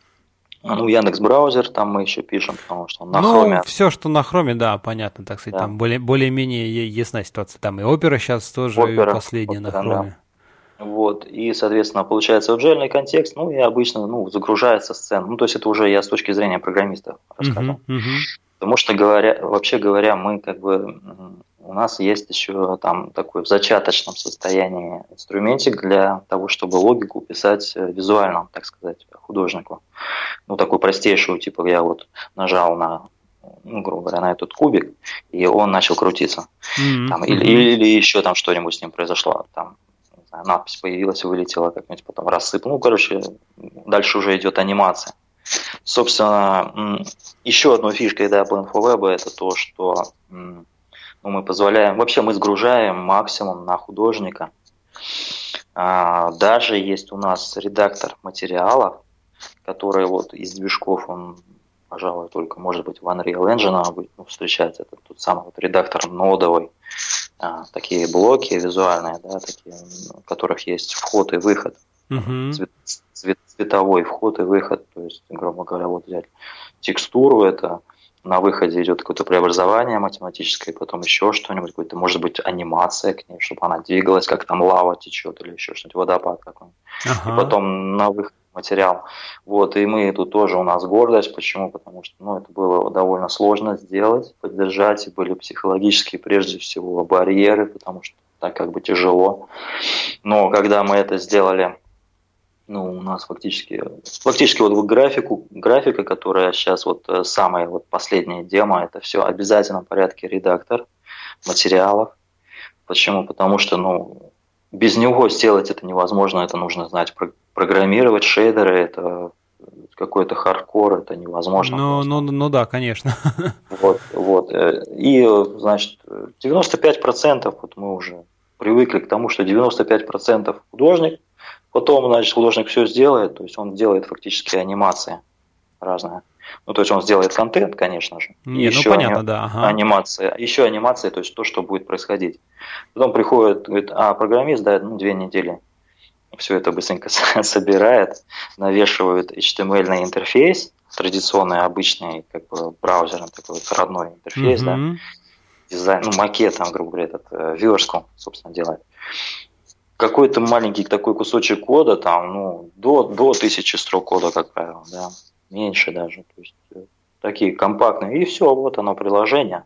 Ну, Яндекс.Браузер там мы еще пишем, потому что на ну, Хроме... Ну, все, что на Хроме, да, понятно, так сказать, да. Там более, более-менее ясна ситуация. Там и Opera сейчас тоже Opera, последняя Opera, на Хроме. Да. Вот, и, соответственно, получается веб-джейльный контекст, ну, и обычно, ну, загружается сцена. Ну, то есть это уже я с точки зрения программиста расскажу. Uh-huh, uh-huh. Потому что, говоря, вообще говоря, мы как бы... У нас есть еще там такой в зачаточном состоянии инструментик для того, чтобы логику писать визуально, так сказать, художнику. Ну, такую простейшую, типа я вот нажал на, ну, грубо говоря, на этот кубик, и он начал крутиться. Mm-hmm. Там, или, mm-hmm. или еще там что-нибудь с ним произошло. Там, не знаю, надпись появилась, вылетела, как-нибудь потом рассыпал. Ну, короче, дальше уже идет анимация. Собственно, еще одной фишкой, да, по InfoWeb это то, что... Ну, мы позволяем, вообще мы сгружаем максимум на художника. А, даже есть у нас редактор материалов, который вот из движков, он, пожалуй, только может быть в Unreal Engine ну, встречается. Это тот самый вот редактор нодовый. А, такие блоки визуальные, да, такие, у которых есть вход и выход. Угу. цвет, цвет, цветовой вход и выход. То есть, грубо говоря, вот взять текстуру, это на выходе идет какое-то преобразование математическое, потом еще что-нибудь, какое-то, может быть, анимация к ней, чтобы она двигалась, как там лава течет или еще что-нибудь, водопад какой-нибудь. Ага. И потом на выход материал. Вот, и мы тут тоже у нас гордость. Почему? Потому что, ну, это было довольно сложно сделать, поддержать, и были психологические, прежде всего, барьеры, потому что так как бы тяжело. Но когда мы это сделали, ну, у нас фактически, фактически вот графику, графика, которая сейчас вот самая вот последняя демо, это все в обязательном порядке редактор материалов. Почему? Потому что, ну, без него сделать это невозможно, это нужно знать программировать, шейдеры, это какой-то хардкор, это невозможно. Ну, ну, ну да, конечно. Вот, вот. И, значит, девяносто пять процентов вот мы уже привыкли к тому, что девяносто пять процентов художник, потом, значит, художник все сделает, то есть он делает фактически анимации разные. Ну, то есть он сделает контент, конечно же. Не, еще ну понятно, ани- да. Ага. Анимация. Еще анимация, то есть то, что будет происходить. Потом приходит, говорит, а программист, да, ну, две недели. Все это быстренько собирает, навешивает эйч ти эм эль-ный интерфейс, традиционный, обычный, как бы браузерный такой вот родной интерфейс, mm-hmm. да, дизайн, ну, макет, там, грубо говоря, этот, верстку, собственно, делает. Какой-то маленький такой кусочек кода, там, ну, до, до тысячи строк кода, как правило, да, меньше даже, то есть такие компактные, и все, вот оно приложение.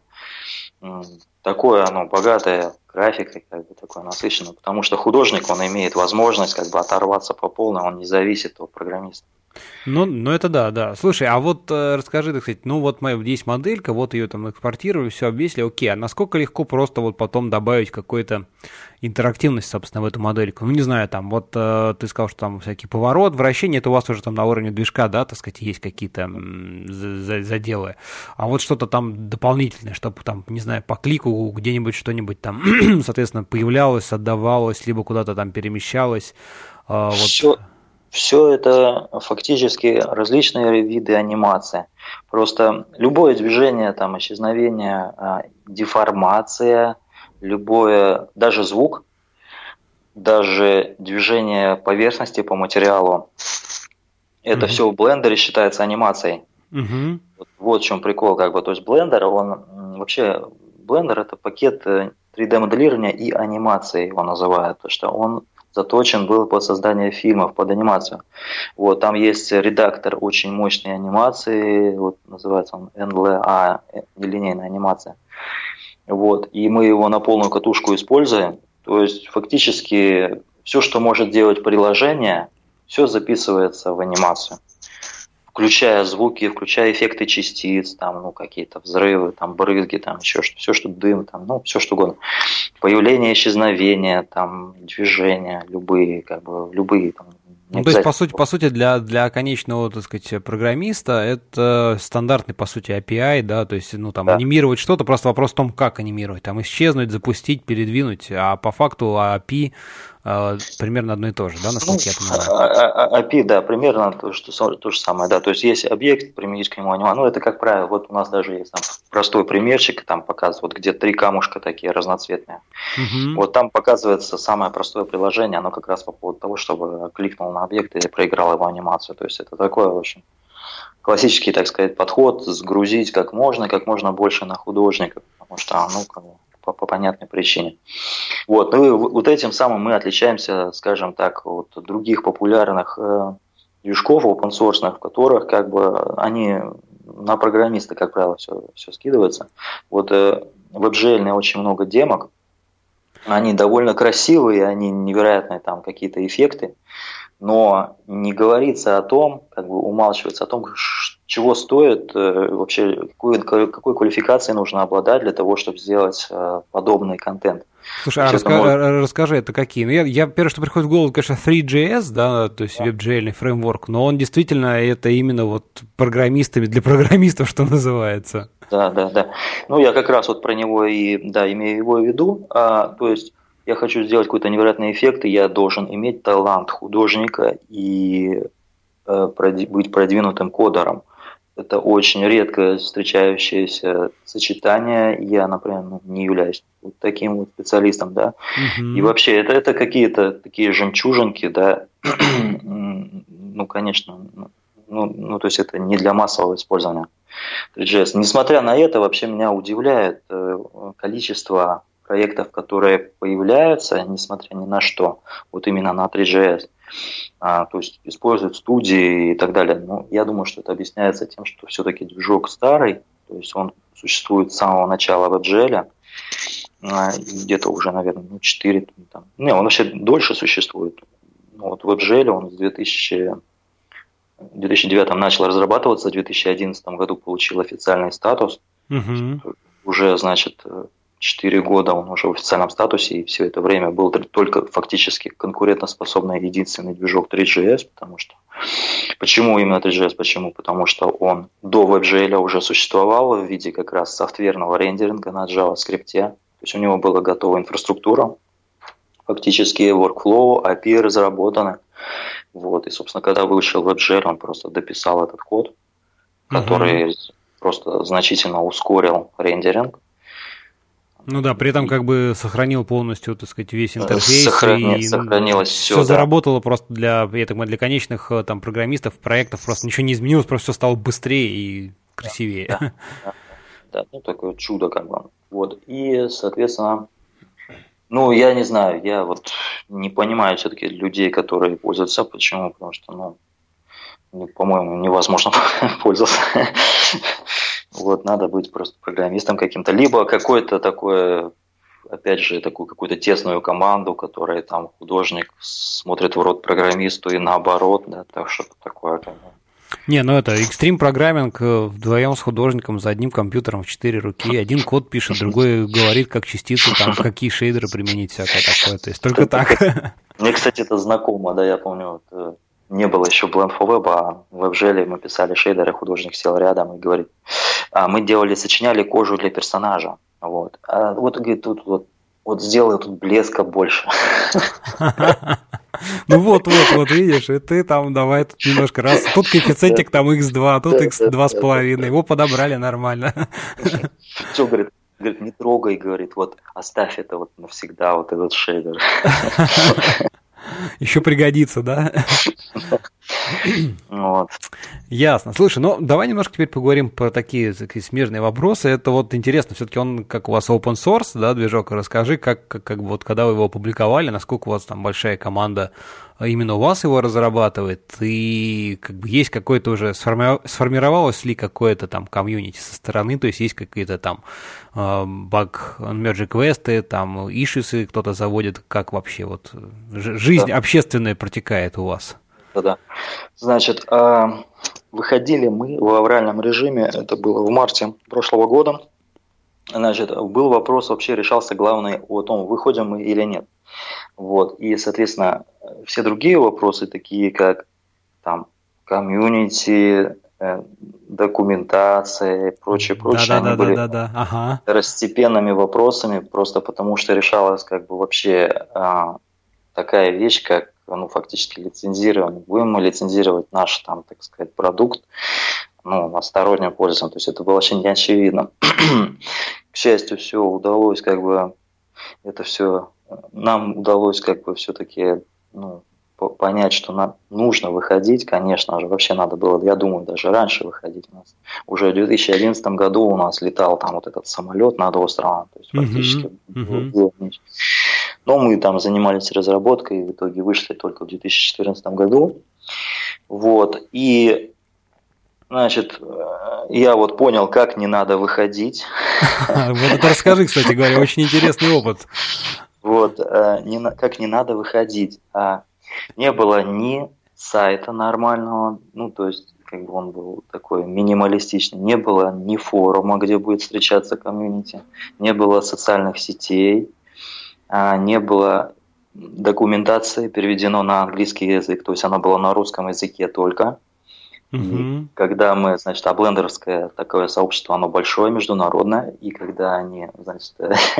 Такое оно богатое графикой, как бы такое насыщенное, потому что художник, он имеет возможность как бы оторваться по полной, он не зависит от программиста. Ну, ну это да, да. Слушай, а вот э, расскажи, так сказать, ну вот моя, есть моделька, вот ее там экспортировали, все обвесили, окей, а насколько легко просто вот потом добавить какую-то интерактивность, собственно, в эту модельку? Ну, не знаю, там, вот э, ты сказал, что там всякий поворот, вращение, это у вас уже там на уровне движка, да, так сказать, есть какие-то м- заделы, а вот что-то там дополнительное, чтобы там, не знаю, по клику где-нибудь что-нибудь там, соответственно, появлялось, отдавалось, либо куда-то там перемещалось, э, вот... Все. Все это фактически различные виды анимации. Просто любое движение, там, исчезновение, деформация, любое, даже звук, даже движение поверхности по материалу, это mm-hmm. все в блендере считается анимацией. Mm-hmm. Вот, вот в чем прикол, как бы, то есть блендер, он вообще, блендер это пакет три дэ-моделирования и анимации его называют, потому что он заточен был под создание фильмов, под анимацию. Вот, там есть редактор очень мощной анимации, вот, называется он эн эл эй, нелинейная анимация. Вот, и мы его на полную катушку используем. То есть фактически все, что может делать приложение, все записывается в анимацию. Включая звуки, включая эффекты частиц, там, ну, какие-то взрывы, там, брызги, там, еще что, все, что дым, там, ну, все, что угодно. Появление, исчезновение, там, движения, любые, как бы, любые, там, ну, то есть, по сути, по сути для, для конечного, так сказать, программиста это стандартный, по сути, эй пи ай, да, то есть, ну, там, да. анимировать что-то, просто вопрос в том, как анимировать, там, исчезнуть, запустить, передвинуть, а по факту эй пи ай э, примерно одно и то же, да, насколько ну, я понимаю? эй пи ай, да, примерно то, что, то же самое, да, то есть, есть объект, применить к нему анимацию, ну, это, как правило, вот у нас даже есть там простой примерчик, там показывают, вот где три камушка такие разноцветные, угу. Вот там показывается самое простое приложение, оно как раз по поводу того, чтобы кликнул на объект и проиграл его анимацию. То есть это такой очень классический, так сказать, подход, сгрузить как можно, как можно больше на художника, потому что, ну, по, по понятной причине. Вот, ну и вот этим самым мы отличаемся, скажем так, от других популярных э, движков open-source, в которых как бы они на программиста, как правило, все, все скидывается. Вот э, в WebGL очень много демок, они довольно красивые, они невероятные, там какие-то эффекты, но не говорится о том, как бы умалчивается о том, чего стоит вообще, какой, какой квалификацией нужно обладать для того, чтобы сделать подобный контент. Слушай, а раска- может... расскажи, это какие? Ну, я, я первое, что приходит в голову, конечно, три джей эс, да, то есть да. WebGL фреймворк, но он действительно это именно вот программистами, для программистов, что называется. Да, да, да. Ну, я как раз вот про него и, да, имею его в виду, а, то есть я хочу сделать какой-то невероятный эффект, и я должен иметь талант художника и э, проди- быть продвинутым кодером. это очень редко встречающееся сочетание. Я, например, ну, не являюсь вот таким вот специалистом, да. Mm-hmm. И вообще это, это какие-то такие жемчужинки, да. Ну, конечно, ну, ну, то есть это не для массового использования три джей эс. Несмотря на это, вообще меня удивляет количество проектов, которые появляются, несмотря ни на что, вот именно на три джей эс. А, то есть используют студии и так далее. Но я думаю, что это объясняется тем, что все-таки движок старый, то есть он существует с самого начала WebGL, а, где-то уже, наверное, ну, четыре, там, не, он вообще дольше существует. Ну, вот WebGL он в две тысячи девятом начал разрабатываться, в две тысячи одиннадцатом году получил официальный статус. Mm-hmm. Уже, значит, четыре года он уже в официальном статусе, и все это время был только фактически конкурентоспособный единственный движок три джей эс, потому что... Почему именно три джей эс? Почему? Потому что он до WebGL уже существовал в виде как раз софтверного рендеринга на JavaScript. То есть у него была готова инфраструктура, фактически workflow, эй пи ай разработаны. Вот. И, собственно, когда вышел WebGL, он просто дописал этот код, который mm-hmm. просто значительно ускорил рендеринг. Ну да, при этом как бы сохранил полностью, так сказать, весь интерфейс. Сохрани, и сохранилось все. Все да. заработало просто для, я так понимаю, для конечных там программистов, проектов, просто ничего не изменилось, просто все стало быстрее и красивее. Да, да, да, да. Ну такое чудо как бы. Вот. И, соответственно, ну я не знаю, я вот не понимаю все-таки людей, которые пользуются. Почему? Потому что, ну, по-моему, невозможно пользоваться. Вот, надо быть просто программистом каким-то, либо какой-то такой, опять же, такую какую-то тесную команду, которая там художник смотрит в рот программисту и наоборот, да, так что-то такое. Не, ну это экстрим программинг вдвоем с художником за одним компьютером в четыре руки, один код пишет, другой говорит, как частицы, там, какие шейдеры применить, всякое такое, то есть только так. Мне, кстати, это знакомо, да, я помню, вот, не было еще Blend for Web, а в WebGL мы писали шейдеры, художник сел рядом и говорит, а мы делали, сочиняли кожу для персонажа, вот, а вот, говорит, тут вот, вот сделай тут блеска больше. Ну вот, вот, вот, видишь, и ты там давай тут немножко раз, тут коэффициентик там икс два, тут икс два с половиной, его подобрали нормально. Что, говорит, говорит, не трогай, говорит, вот оставь это вот навсегда, вот этот шейдер. Еще пригодится, да? Вот. Ясно. Слушай, ну давай немножко теперь поговорим про такие, такие смежные вопросы. Это вот интересно, все-таки он как у вас open source, да, движок. Расскажи, как, как, как вот когда вы его опубликовали, насколько у вас там большая команда именно у вас его разрабатывает, и как бы есть какое-то уже, сформировалось ли какое-то там комьюнити со стороны, то есть есть какие-то там баг merge квесты, там ишьюсы кто-то заводит, как вообще вот жизнь да. общественная протекает у вас? Да-да. Значит, выходили мы в авральном режиме, это было в марте прошлого года. Значит, был вопрос, вообще решался главный о том, выходим мы или нет. Вот. И, соответственно, все другие вопросы, такие как там комьюнити, документация и прочее, прочее, да, они да, были да, да, да. Ага. второстепенными вопросами, просто потому что решалась как бы вообще а, такая вещь, как ну, фактически лицензирование. Будем мы лицензировать наш, там, так сказать, продукт, ну, на стороннем пользователям. То есть это было очень неочевидно. К счастью, все удалось, как бы, это все, нам удалось, как бы, все-таки, ну, понять, что нам нужно выходить, конечно же, вообще надо было, я думаю, даже раньше выходить. У нас уже в две тысячи одиннадцатом году у нас летал там вот этот самолет над островом, то есть фактически uh-huh, uh-huh. Но мы там занимались разработкой, и в итоге вышли только в две тысячи четырнадцатом году. Вот, и, значит, я вот понял, как не надо выходить. Вот это расскажи, кстати говоря, очень интересный опыт. Вот, как не надо выходить. Не было ни сайта нормального, ну, то есть, как бы он был такой минималистичный, не было ни форума, где будет встречаться комьюнити, не было социальных сетей, не было документации, переведено на английский язык, то есть оно было на русском языке только. Uh-huh. И когда мы, значит, а блендеровское такое сообщество, оно большое, международное, и когда они, значит,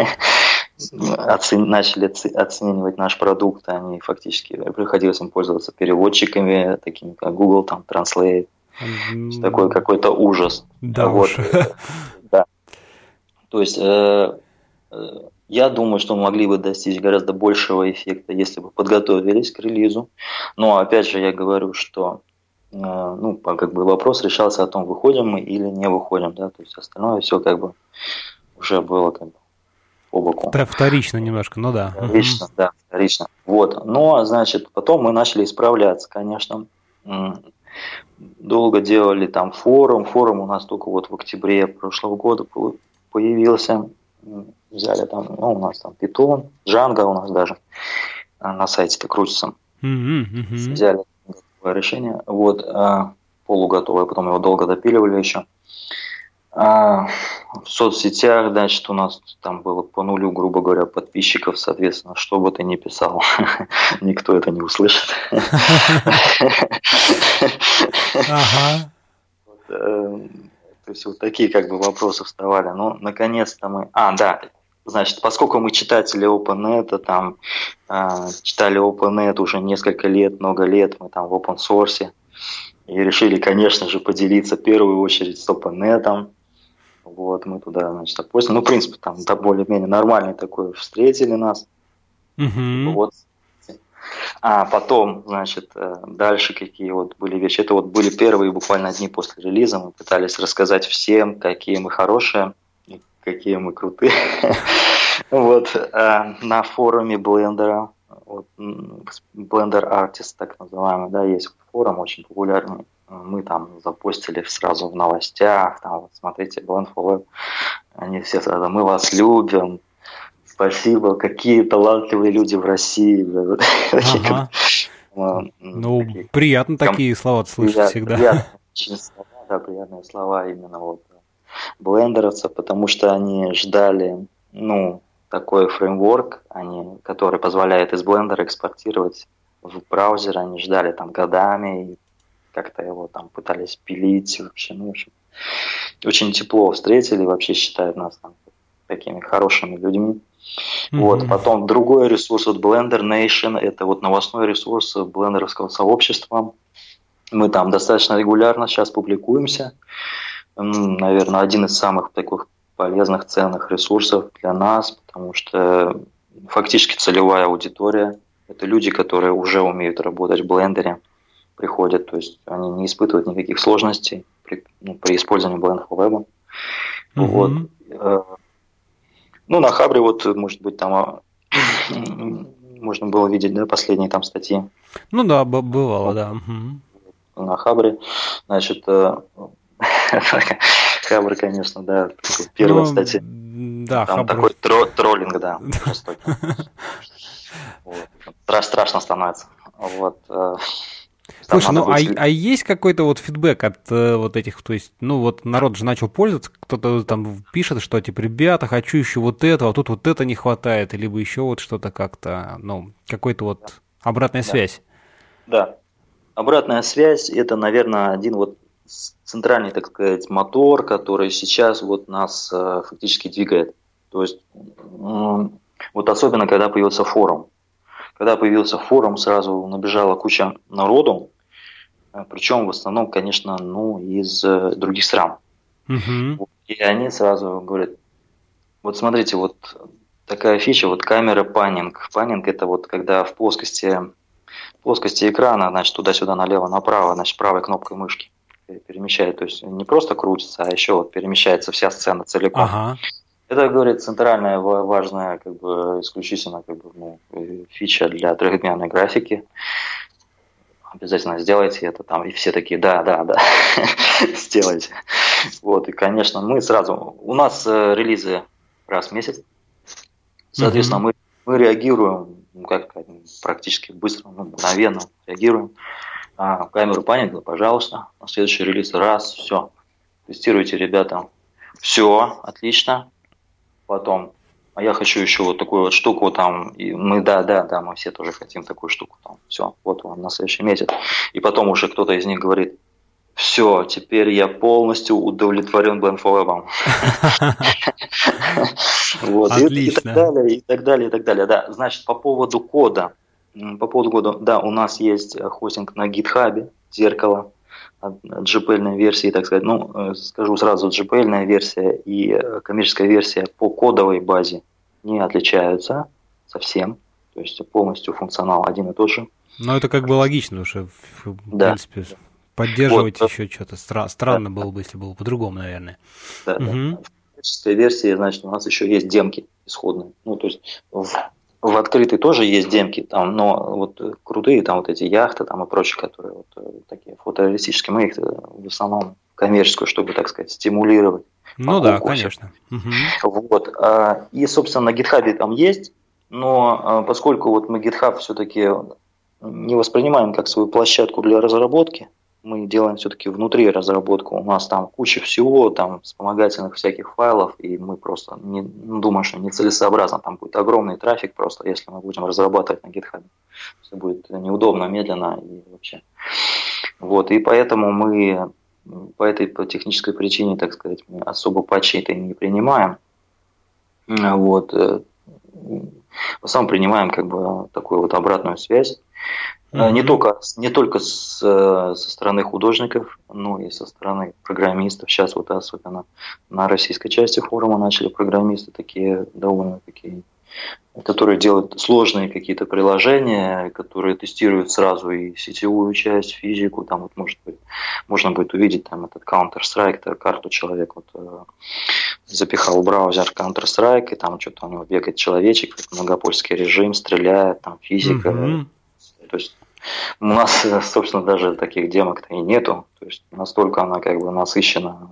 оцен... начали оценивать наш продукт, они фактически приходилось им пользоваться переводчиками, такими как Google, там, Translate, Такой какой-то ужас. Да вот. уж. Да. То есть э, я думаю, что мы могли бы достичь гораздо большего эффекта, если бы подготовились к релизу. Но опять же я говорю, что э, ну, как бы вопрос решался о том, выходим мы или не выходим. Да? То есть остальное все как бы уже было как бы по боку. Вторично немножко, ну да. Вторично, угу. да, вторично. Вот. Но, значит, потом мы начали исправляться, конечно. Долго делали там форум. Форум у нас только вот в октябре прошлого года появился. Взяли там, ну, у нас там Python, Django у нас даже на сайте-то крутится. Mm-hmm, mm-hmm. Взяли готовое решение. Вот, полуготовое, потом его долго допиливали еще. А в соцсетях, значит, у нас там было по нулю, грубо говоря, подписчиков, соответственно, что бы ты ни писал, никто это не услышит. То есть вот такие как бы вопросы вставали. Ну, наконец-то мы... А, да, значит, поскольку мы читатели OpenNet, там читали OpenNet уже несколько лет, много лет, мы там в open source, и решили, конечно же, поделиться в первую очередь с OpenNet. Вот, мы туда, значит, опустили. Ну, в принципе, там, да, более-менее нормальный такой встретили нас. Mm-hmm. Вот. А потом, значит, дальше какие вот были вещи. Это вот были первые буквально дни после релиза. Мы пытались рассказать всем, какие мы хорошие, какие мы крутые. Вот, на форуме Blender, Blender Artist, так называемый, да, есть форум очень популярный. Мы там запостили сразу в новостях, там, вот, смотрите, Blend4Web, они все сразу, мы вас любим, спасибо, какие талантливые люди в России. Ага. Ну, приятно такие слова слышать всегда. Приятные слова, да, приятные слова именно вот блендеровцев, потому что они ждали, ну, такой фреймворк, они, который позволяет из блендера экспортировать в браузер, они ждали там годами, и как-то его там пытались пилить, вообще, ну, в общем, очень тепло встретили, вообще считают нас там такими хорошими людьми. Mm-hmm. Вот, потом другой ресурс, вот Blender Nation, это вот новостной ресурс блендеровского сообщества. Мы там достаточно регулярно сейчас публикуемся. Наверное, один из самых таких полезных, ценных ресурсов для нас, потому что фактически целевая аудитория – это люди, которые уже умеют работать в блендере, приходят, то есть они не испытывают никаких сложностей при, ну, при использовании Blend4Web. Mm-hmm. Вот. Ну, на Хабре вот, может быть, там можно было видеть, да, последние там статьи. Ну да, бывало, да. На Хабре, значит, Хабр, конечно, да, первая ну, статья. Да, там Хабр... такой тро- троллинг, да, жестокий. Вот. Страшно становится. Вот. Слушай, ну а, а есть какой-то вот фидбэк от э, вот этих, то есть, ну вот народ же начал пользоваться, кто-то там пишет, что типа, ребята, хочу еще вот это, а тут вот это не хватает, либо еще вот что-то как-то, ну, какой-то вот да. обратная да. связь. Да, обратная связь, это, наверное, один вот центральный, так сказать, мотор, который сейчас вот нас э, фактически двигает. То есть, э, вот особенно, когда появился форум. Когда появился форум, сразу набежала куча народу, причем в основном, конечно, ну, из других стран. Uh-huh. И они сразу говорят, вот смотрите, вот такая фича, вот камера паннинг. Паннинг – это вот когда в плоскости, в плоскости экрана, значит, туда-сюда, налево-направо, значит, правой кнопкой мышки перемещает. То есть не просто крутится, а еще вот перемещается вся сцена целиком. Uh-huh. Это, говорит, центральная важная, как бы, исключительно как бы, ну, фича для трехдневной графики. Обязательно сделайте это там. И все такие, да, да, да, сделайте. Вот, и, конечно, мы сразу... У нас э, релизы раз в месяц. Соответственно, mm-hmm. мы, мы реагируем, ну, как сказать, практически быстро, ну, мгновенно реагируем. А, камеру панинга, пожалуйста. На следующий релиз раз, все. Тестируйте, ребята. Все, отлично. Потом, а я хочу еще вот такую вот штуку там, и мы, да, да, да, мы все тоже хотим такую штуку там, все, вот вам на следующий месяц. И потом уже кто-то из них говорит, все, теперь я полностью удовлетворен Blend4Web. Вот, и так далее, и так далее, и так далее. Да, значит, по поводу кода, по поводу кода, да, у нас есть хостинг на GitHub, зеркало. джи пи эл-ной версии, так сказать. Ну, скажу сразу, джи пи эл-ная версия и коммерческая версия по кодовой базе не отличаются совсем. То есть полностью функционал один и тот же. Но это как бы логично, потому что, в да. принципе, поддерживать вот. еще что-то стра- странно да. было бы, если было по-другому, наверное. Да, угу. да. В коммерческой версии, значит, у нас еще есть демки исходные. Ну, то есть в, в открытой тоже есть демки, там, но вот крутые, там вот эти яхты там и прочие, которые вот такие фотореалистические, мы их в основном коммерческую, чтобы, так сказать, стимулировать. Ну да, конечно. Угу. Вот. И, собственно, на GitHub там есть, но поскольку вот мы GitHub все-таки не воспринимаем как свою площадку для разработки, мы делаем все-таки внутри разработку, у нас там куча всего, там вспомогательных всяких файлов, и мы просто не, думаем, что нецелесообразно, там будет огромный трафик просто, если мы будем разрабатывать на GitHub. Это будет неудобно, медленно и вообще. Вот, и поэтому мы по этой по технической причине, так сказать, мы особо патчей-то не принимаем. Вот. В основном принимаем как бы такую вот обратную связь. Mm-hmm. Не только, не только с, со стороны художников, но и со стороны программистов. Сейчас вот особенно на российской части форума начали программисты такие довольно такие, которые делают сложные какие-то приложения, которые тестируют сразу и сетевую часть, физику. Там вот может быть, можно будет увидеть там этот Counter-Strike, карту человек вот запихал в браузер Counter-Strike, и там что-то у него бегает человечек, многопольский режим, стреляет, там физика. Mm-hmm. То есть у нас, собственно, даже таких демок-то и нету. То есть настолько она как бы насыщена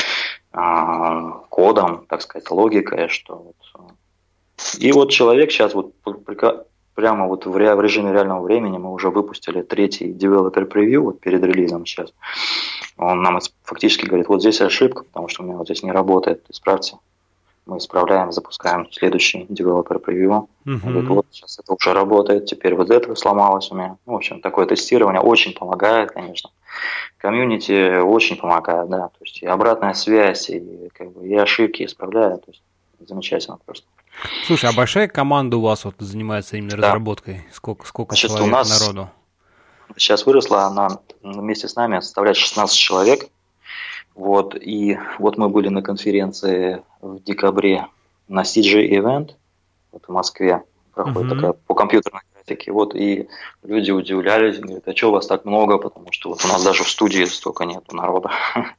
а, кодом, так сказать, логикой, что вот. И вот человек сейчас вот прямо вот в режиме реального времени мы уже выпустили третий developer preview вот перед релизом сейчас. Он нам фактически говорит, вот здесь ошибка, потому что у меня вот здесь не работает, исправьте. Мы исправляем, запускаем следующий developer preview. Uh-huh. Говорит, вот сейчас это уже работает, теперь вот это сломалось у меня. Ну, в общем, такое тестирование очень помогает, конечно. Комьюнити очень помогает, да. То есть и обратная связь, и, как бы, и ошибки исправляют. То есть замечательно просто. Слушай, а большая команда у вас вот занимается именно да. разработкой? Сколько, сколько Значит, человек у нас народу? Сейчас выросла, она вместе с нами составляет шестнадцать человек. Вот, и вот мы были на конференции в декабре на си джи Event, вот в Москве проходит uh-huh. такая по компьютерной графике, вот, и люди удивлялись, говорят, а что у вас так много, потому что вот у нас даже в студии столько нету народа.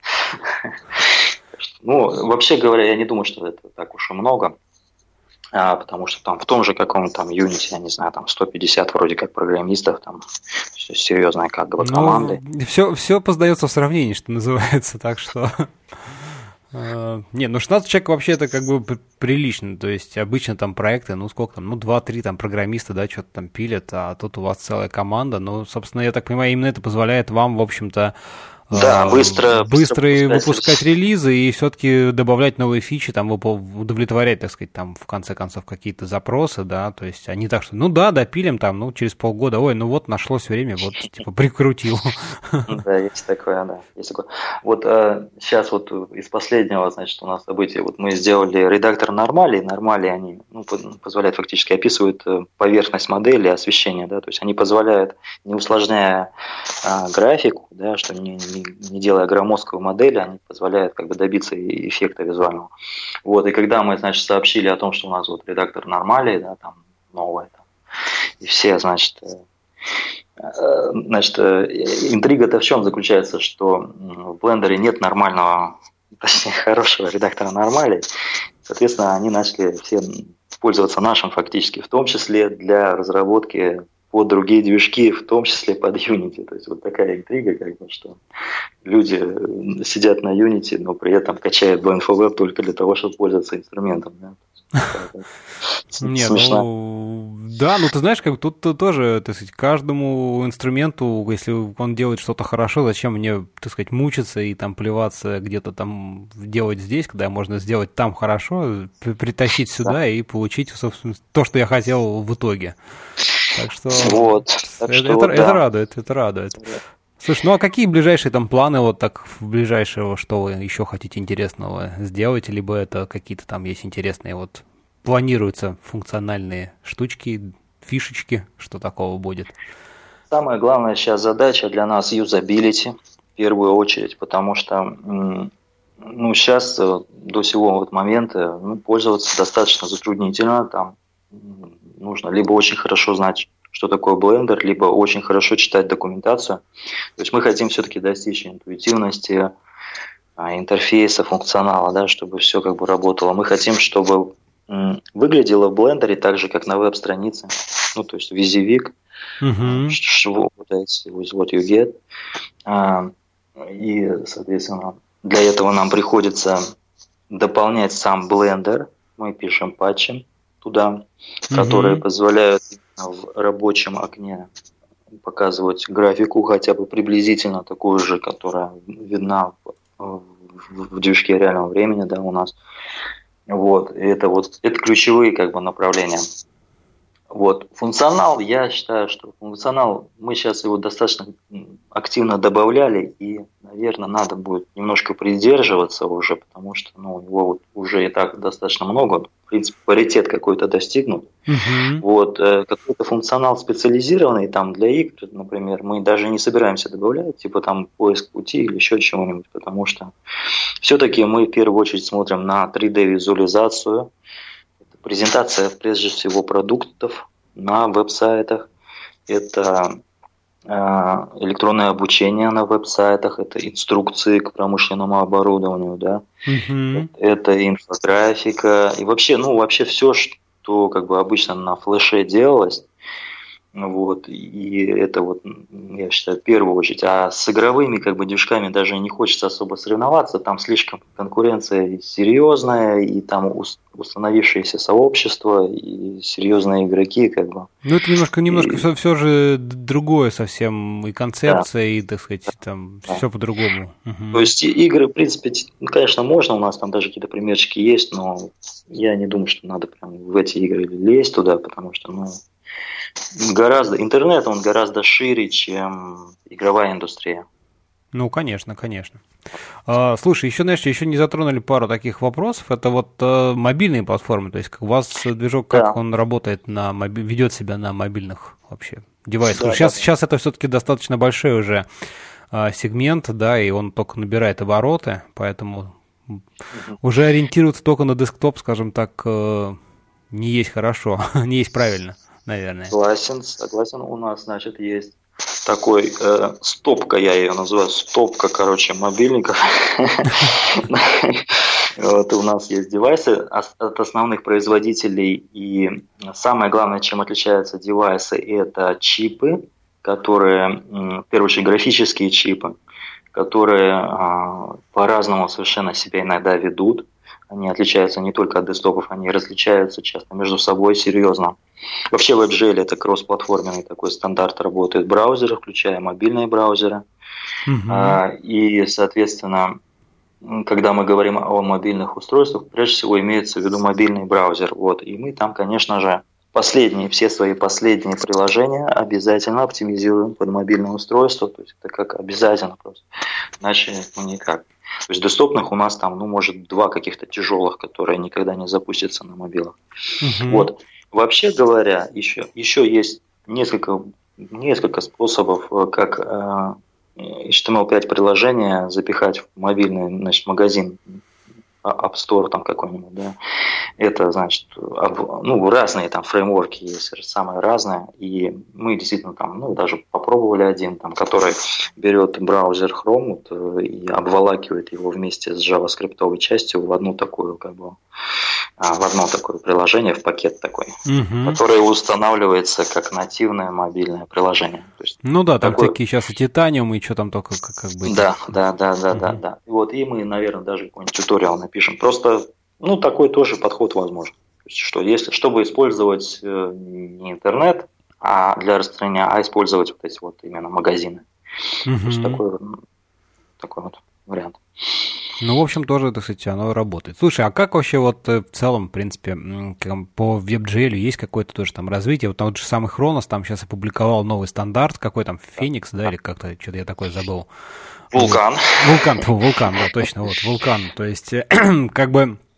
Ну, вообще говоря, я не думаю, что это так уж и много. А, потому что там в том же каком-то там Unity, я не знаю, там сто пятьдесят вроде как программистов, там все серьезная как бы команды. Ну, все, все поздается в сравнении, что называется, так что... Не, ну шестнадцать человек вообще это как бы прилично, то есть обычно там проекты, ну сколько там, ну два-три там программиста, да, что-то там пилят, а тут у вас целая команда, ну, собственно, я так понимаю, именно это позволяет вам, в общем-то, Да, быстро, быстро, быстро выпускать, выпускать релизы и все-таки добавлять новые фичи, там, удовлетворять, так сказать, там, в конце концов, какие-то запросы, да, то есть они так, что, ну да, допилим там, ну, через полгода, ой, ну вот, нашлось время, вот, типа, прикрутил. Да, есть такое, да, есть такое. Вот сейчас вот из последнего, значит, у нас события, вот мы сделали редактор нормали, нормали они, ну, позволяют, фактически описывают поверхность модели, освещение, да, то есть они позволяют, не усложняя графику, да, что не, не не делая громоздкую модель, они позволяют как бы добиться эффекта визуального. Вот, и когда мы, значит, сообщили о том, что у нас вот редактор нормали, да, там, новый, там, и все, значит, э, значит, интрига-то в чем заключается, что в Blender нет нормального, точнее, хорошего редактора нормали, соответственно, они начали все пользоваться нашим фактически, в том числе для разработки под другие движки, в том числе под Unity. То есть вот такая интрига, как бы, что люди сидят на Unity, но при этом качают Blend for Web только для того, чтобы пользоваться инструментом. Да? Не, ну, да, ну ты знаешь, как тут тоже, так сказать, каждому инструменту, если он делает что-то хорошо, зачем мне, так сказать, мучиться и там плеваться где-то там делать здесь, когда можно сделать там хорошо, притащить сюда и получить, собственно, то, что я хотел в итоге. Так что, вот, так это, что это, вот, это да. радует, это радует. Да. Слушай, ну а какие ближайшие там планы, вот так в ближайшего, что вы еще хотите интересного сделать, либо это какие-то там есть интересные, вот планируются функциональные штучки, фишечки, что такого будет? Самая главная сейчас задача для нас юзабилити, в первую очередь, потому что ну, сейчас до сего вот момента ну, пользоваться достаточно затруднительно. Там нужно либо очень хорошо знать, что такое Blender, либо очень хорошо читать документацию. То есть мы хотим все-таки достичь интуитивности, интерфейса, функционала, да, чтобы все как бы работало. Мы хотим, чтобы выглядело в Blender так же, как на веб-странице. Ну, то есть визивик, mm-hmm. what you get. И, соответственно, для этого нам приходится дополнять сам Blender. Мы пишем патчи туда, mm-hmm. которые позволяют в рабочем окне показывать графику хотя бы приблизительно такую же, которая видна в, в, в движке реального времени, да, у нас. Вот, это вот это ключевые как бы направления. Вот. Функционал, я считаю, что функционал, мы сейчас его достаточно активно добавляли, и, наверное, надо будет немножко придерживаться уже, потому что ну, его вот уже и так достаточно много, в принципе, паритет какой-то достигнут. Uh-huh. Вот. Какой-то функционал специализированный там для игр, например, мы даже не собираемся добавлять, типа там поиск пути или еще чего-нибудь, потому что все-таки мы в первую очередь смотрим на три дэ-визуализацию, презентация, прежде всего, продуктов на веб-сайтах. Это э, электронное обучение на веб-сайтах, это инструкции к промышленному оборудованию, да. Mm-hmm. Это инфографика и вообще, ну, вообще все, что как бы обычно на флеше делалось. Вот, и это вот, я считаю, в первую очередь. А с игровыми как бы движками даже не хочется особо соревноваться, там слишком конкуренция серьезная, и там установившееся сообщество, и серьезные игроки, как бы. Ну, это немножко, немножко и... все, все же другое совсем, и концепция, да. и, так сказать, там да. все по-другому. Угу. То есть игры, в принципе, конечно, можно, у нас там даже какие-то примерчики есть, но я не думаю, что надо прям в эти игры лезть туда, потому что, ну, гораздо, интернет, он гораздо шире, чем игровая индустрия. Ну, конечно, конечно. А, слушай, еще, знаешь, еще не затронули пару таких вопросов. Это вот а, мобильные платформы. То есть у вас движок, как да. он работает, на моби... ведет себя на мобильных вообще девайсах? Да, сейчас, да. сейчас это все-таки достаточно большой уже а, сегмент, да, и он только набирает обороты, поэтому угу. уже ориентироваться только на десктоп, скажем так, не есть хорошо, не есть правильно. Наверное. Согласен, согласен. У нас, значит, есть такой э, стопка, я ее называю, стопка, короче, мобильников. Вот у нас есть девайсы от основных производителей, и самое главное, чем отличаются девайсы, это чипы, которые, в первую очередь, графические чипы, которые по-разному совершенно себя иногда ведут. Они отличаются не только от десктопов, они различаются часто между собой серьезно. Вообще WebGL это кроссплатформенный такой стандарт, работает браузеры, включая мобильные браузеры. Uh-huh. И, соответственно, когда мы говорим о мобильных устройствах, прежде всего имеется в виду мобильный браузер. Вот. И мы там, конечно же, последние, все свои последние приложения обязательно оптимизируем под мобильное устройство. То есть это как обязательно просто. Иначе ну, никак. То есть десктопных у нас там, ну, может, два каких-то тяжелых, которые никогда не запустятся на мобилах. Uh-huh. Вот. Вообще говоря, еще, еще есть несколько, несколько способов, как э, эйч ти эм эл пять приложение запихать в мобильный, значит, магазин, App Store там какой-нибудь, да. Это, значит, об, ну, разные там фреймворки есть, самые разные, и мы действительно там, ну, даже попробовали один, там, который берет браузер Chrome вот, и обволакивает его вместе с JavaScript частью в одну такую, как бы, в одно такое приложение, в пакет такой, угу. которое устанавливается как нативное мобильное приложение. То есть ну да, там такое... такие сейчас и Titanium, и что там только как, как бы... Да, да, да, да, угу. да, да. Вот, и мы, наверное, даже какой-нибудь туториал напишем. Просто, ну, такой тоже подход возможен. То есть, что если, чтобы использовать не интернет а для распространения, а использовать вот эти вот именно магазины. Угу. То есть, такой, такой вот вариант. Ну, в общем, тоже, так сказать, оно работает. Слушай, а как вообще вот в целом, в принципе, по WebGL есть какое-то тоже там развитие? Вот тот же самый Хронос там сейчас опубликовал новый стандарт, какой там, Феникс, да, или как-то, что-то я такое забыл. Вулкан. Вулкан, вулкан, да, точно, вот, вулкан. То есть, как бы,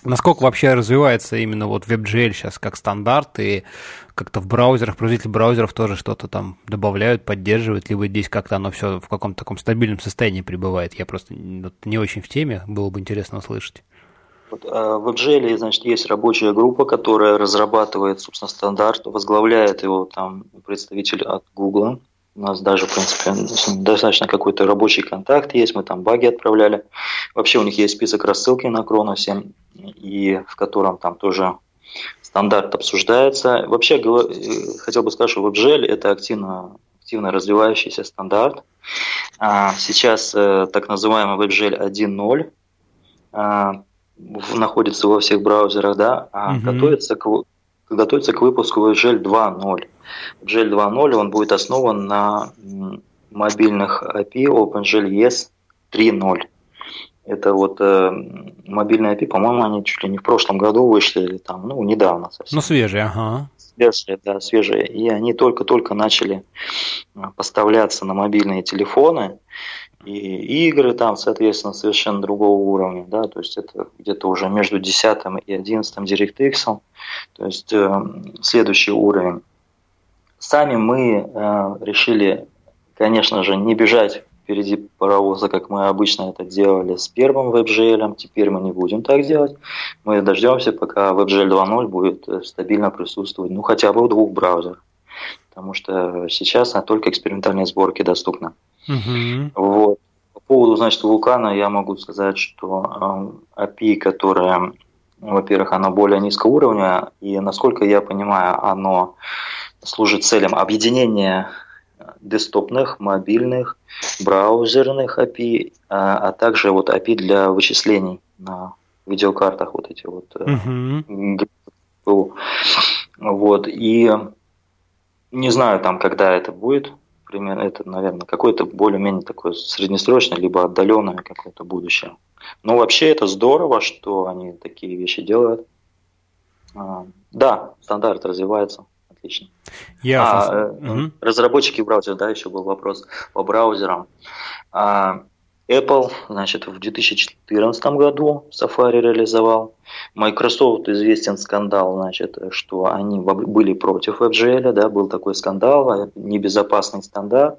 Насколько вообще развивается именно вот WebGL сейчас как стандарт, и как-то в браузерах, производители браузеров тоже что-то там добавляют, поддерживают, либо здесь как-то оно все в каком-то таком стабильном состоянии пребывает? Я просто не очень в теме, было бы интересно услышать. Вот, а в WebGL, значит, есть рабочая группа, которая разрабатывает, собственно, стандарт, возглавляет его там представитель от Google. У нас даже, в принципе, достаточно какой-то рабочий контакт есть, мы там баги отправляли. Вообще у них есть список рассылки на Кроносе, и в котором там тоже стандарт обсуждается. Вообще, хотел бы сказать, что WebGL – это активно, активно развивающийся стандарт. Сейчас так называемый WebGL один ноль находится во всех браузерах, да, а mm-hmm. готовится к готовится к выпуску WebGL два ноль. WebGL два ноль, он будет основан на мобильных эй пи OpenGL и эс три ноль. Это вот э, мобильные эй пи, по-моему, они чуть ли не в прошлом году вышли, или там, ну, недавно совсем. Ну, свежие, ага. Свежие, да, свежие. И они только-только начали поставляться на мобильные телефоны. И игры там, соответственно, совершенно другого уровня, да, то есть это где-то уже между десятым и одиннадцатым DirectX, то есть э, следующий уровень. Сами мы э, решили, конечно же, не бежать впереди паровоза, как мы обычно это делали с первым WebGL, теперь мы не будем так делать, мы дождемся, пока WebGL два ноль будет стабильно присутствовать, ну, хотя бы в двух браузерах, потому что сейчас только экспериментальные сборки доступны. Uh-huh. Вот. По поводу, значит, Вулкана я могу сказать, что э, эй пи, которое, во-первых, оно более низкого уровня, и, насколько я понимаю, оно служит целям объединения десктопных, мобильных, браузерных эй пи, а, а также вот эй пи для вычислений на видеокартах, вот эти вот. Uh-huh. Вот, и не знаю там, когда это будет. Примерно это, наверное, какое-то более-менее такое среднесрочное, либо отдаленное какое-то будущее. Но вообще это здорово, что они такие вещи делают. А, да, стандарт развивается. Отлично. Yeah, а, угу. Разработчики браузеров, да, еще был вопрос по браузерам. А, Apple, значит, в две тысячи четырнадцатом году Safari реализовал. Microsoft известен скандал, значит, что они были против WebGL, да, был такой скандал, небезопасный стандарт,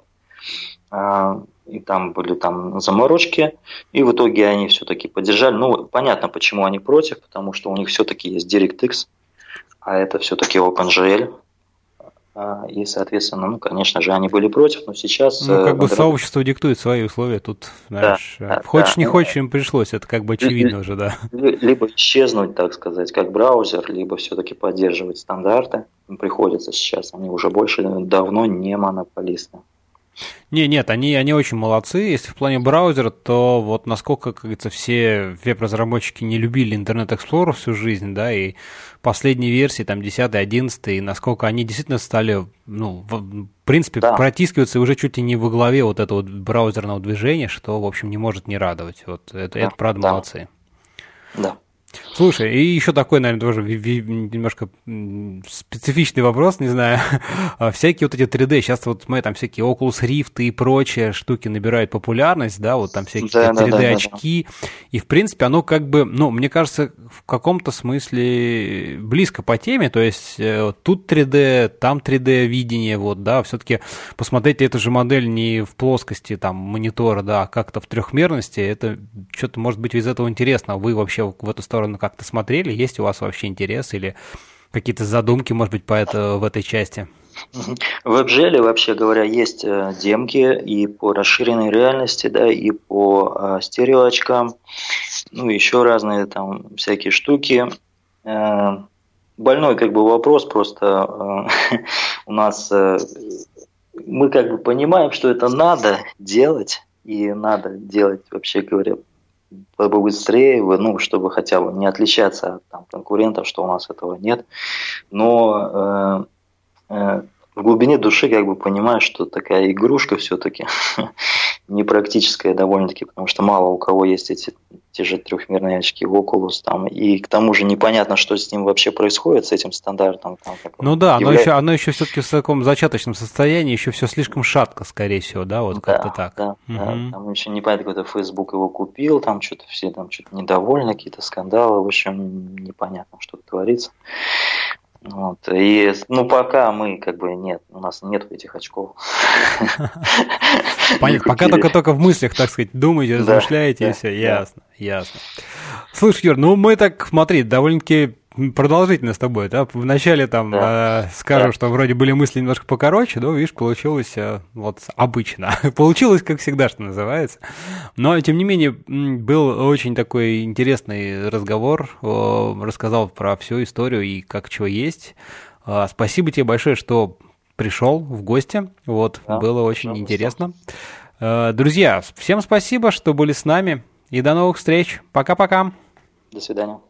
и там были там заморочки, и в итоге они все-таки поддержали. Ну, понятно, почему они против, потому что у них все-таки есть DirectX, а это все-таки OpenGL. И, соответственно, ну, конечно же, они были против, но сейчас... Ну, как бы сообщество диктует свои условия, тут, знаешь, да, хочешь да, не хочешь, им пришлось, это как бы очевидно уже, да. Либо исчезнуть, так сказать, как браузер, либо все-таки поддерживать стандарты. Приходится сейчас, они уже больше давно не монополисты. Не, нет, они, они очень молодцы. Если в плане браузера, то вот насколько, как говорится, все веб-разработчики не любили Internet Explorer всю жизнь, да, и последние версии, там, десятый, одиннадцатый, насколько они действительно стали, ну, в, в принципе, да. протискиваться уже чуть ли не во главе вот этого вот браузерного движения, что, в общем, не может не радовать. Вот это, да, это правда, да. молодцы. Да. Слушай, и еще такой, наверное, тоже немножко специфичный вопрос, не знаю, всякие вот эти три дэ, сейчас вот мы там всякие Oculus Rift и прочие штуки набирают популярность, да, вот там всякие да, три дэ-очки, да, да, да. И, в принципе, оно как бы, ну, мне кажется, в каком-то смысле близко по теме, то есть тут три дэ, там три дэ-видение, вот, да, все-таки посмотреть эту же модель не в плоскости, там, монитора, да, а как-то в трехмерности, это что-то может быть из этого интересно, вы вообще в эту сторону как-то смотрели? Есть у вас вообще интерес или какие-то задумки, может быть, по это, в этой части? В WebGL, вообще говоря, есть демки и по расширенной реальности, да, и по стереоочкам, ну, еще разные там всякие штуки. Больной как бы вопрос, просто у нас мы как бы понимаем, что это надо делать, и надо делать, вообще говоря, побыстрее, ну, чтобы хотя бы не отличаться от там, конкурентов, что у нас этого нет. Но э, э, в глубине души как бы понимаю, что такая игрушка все-таки непрактическая довольно-таки, потому что мало у кого есть эти те же трехмерные очки Oculus, там, и к тому же непонятно, что с ним вообще происходит, с этим стандартом. Там, ну да, является... оно еще, оно еще все-таки в таком зачаточном состоянии, еще все слишком шатко, скорее всего, да, вот да, как-то так. Да, угу. да, там еще непонятно, какой-то Facebook его купил, там что-то все там что-то недовольны, какие-то скандалы, в общем, непонятно, что творится. Вот. И, ну, пока мы, как бы, нет, у нас нет этих очков. Понятно, пока только-только в мыслях, так сказать, думаете, размышляете, и все, ясно, ясно. Слушай, Юр, ну, мы так, смотри, довольно-таки продолжительно с тобой, да, вначале там да. э, скажем, да. что вроде были мысли немножко покороче, но, видишь, получилось э, вот обычно, получилось, как всегда, что называется, но, тем не менее, был очень такой интересный разговор, э, рассказал про всю историю и как чего есть, э, спасибо тебе большое, что пришел в гости, вот, да, было очень да, интересно. Э, друзья, всем спасибо, что были с нами, и до новых встреч, пока-пока. До свидания.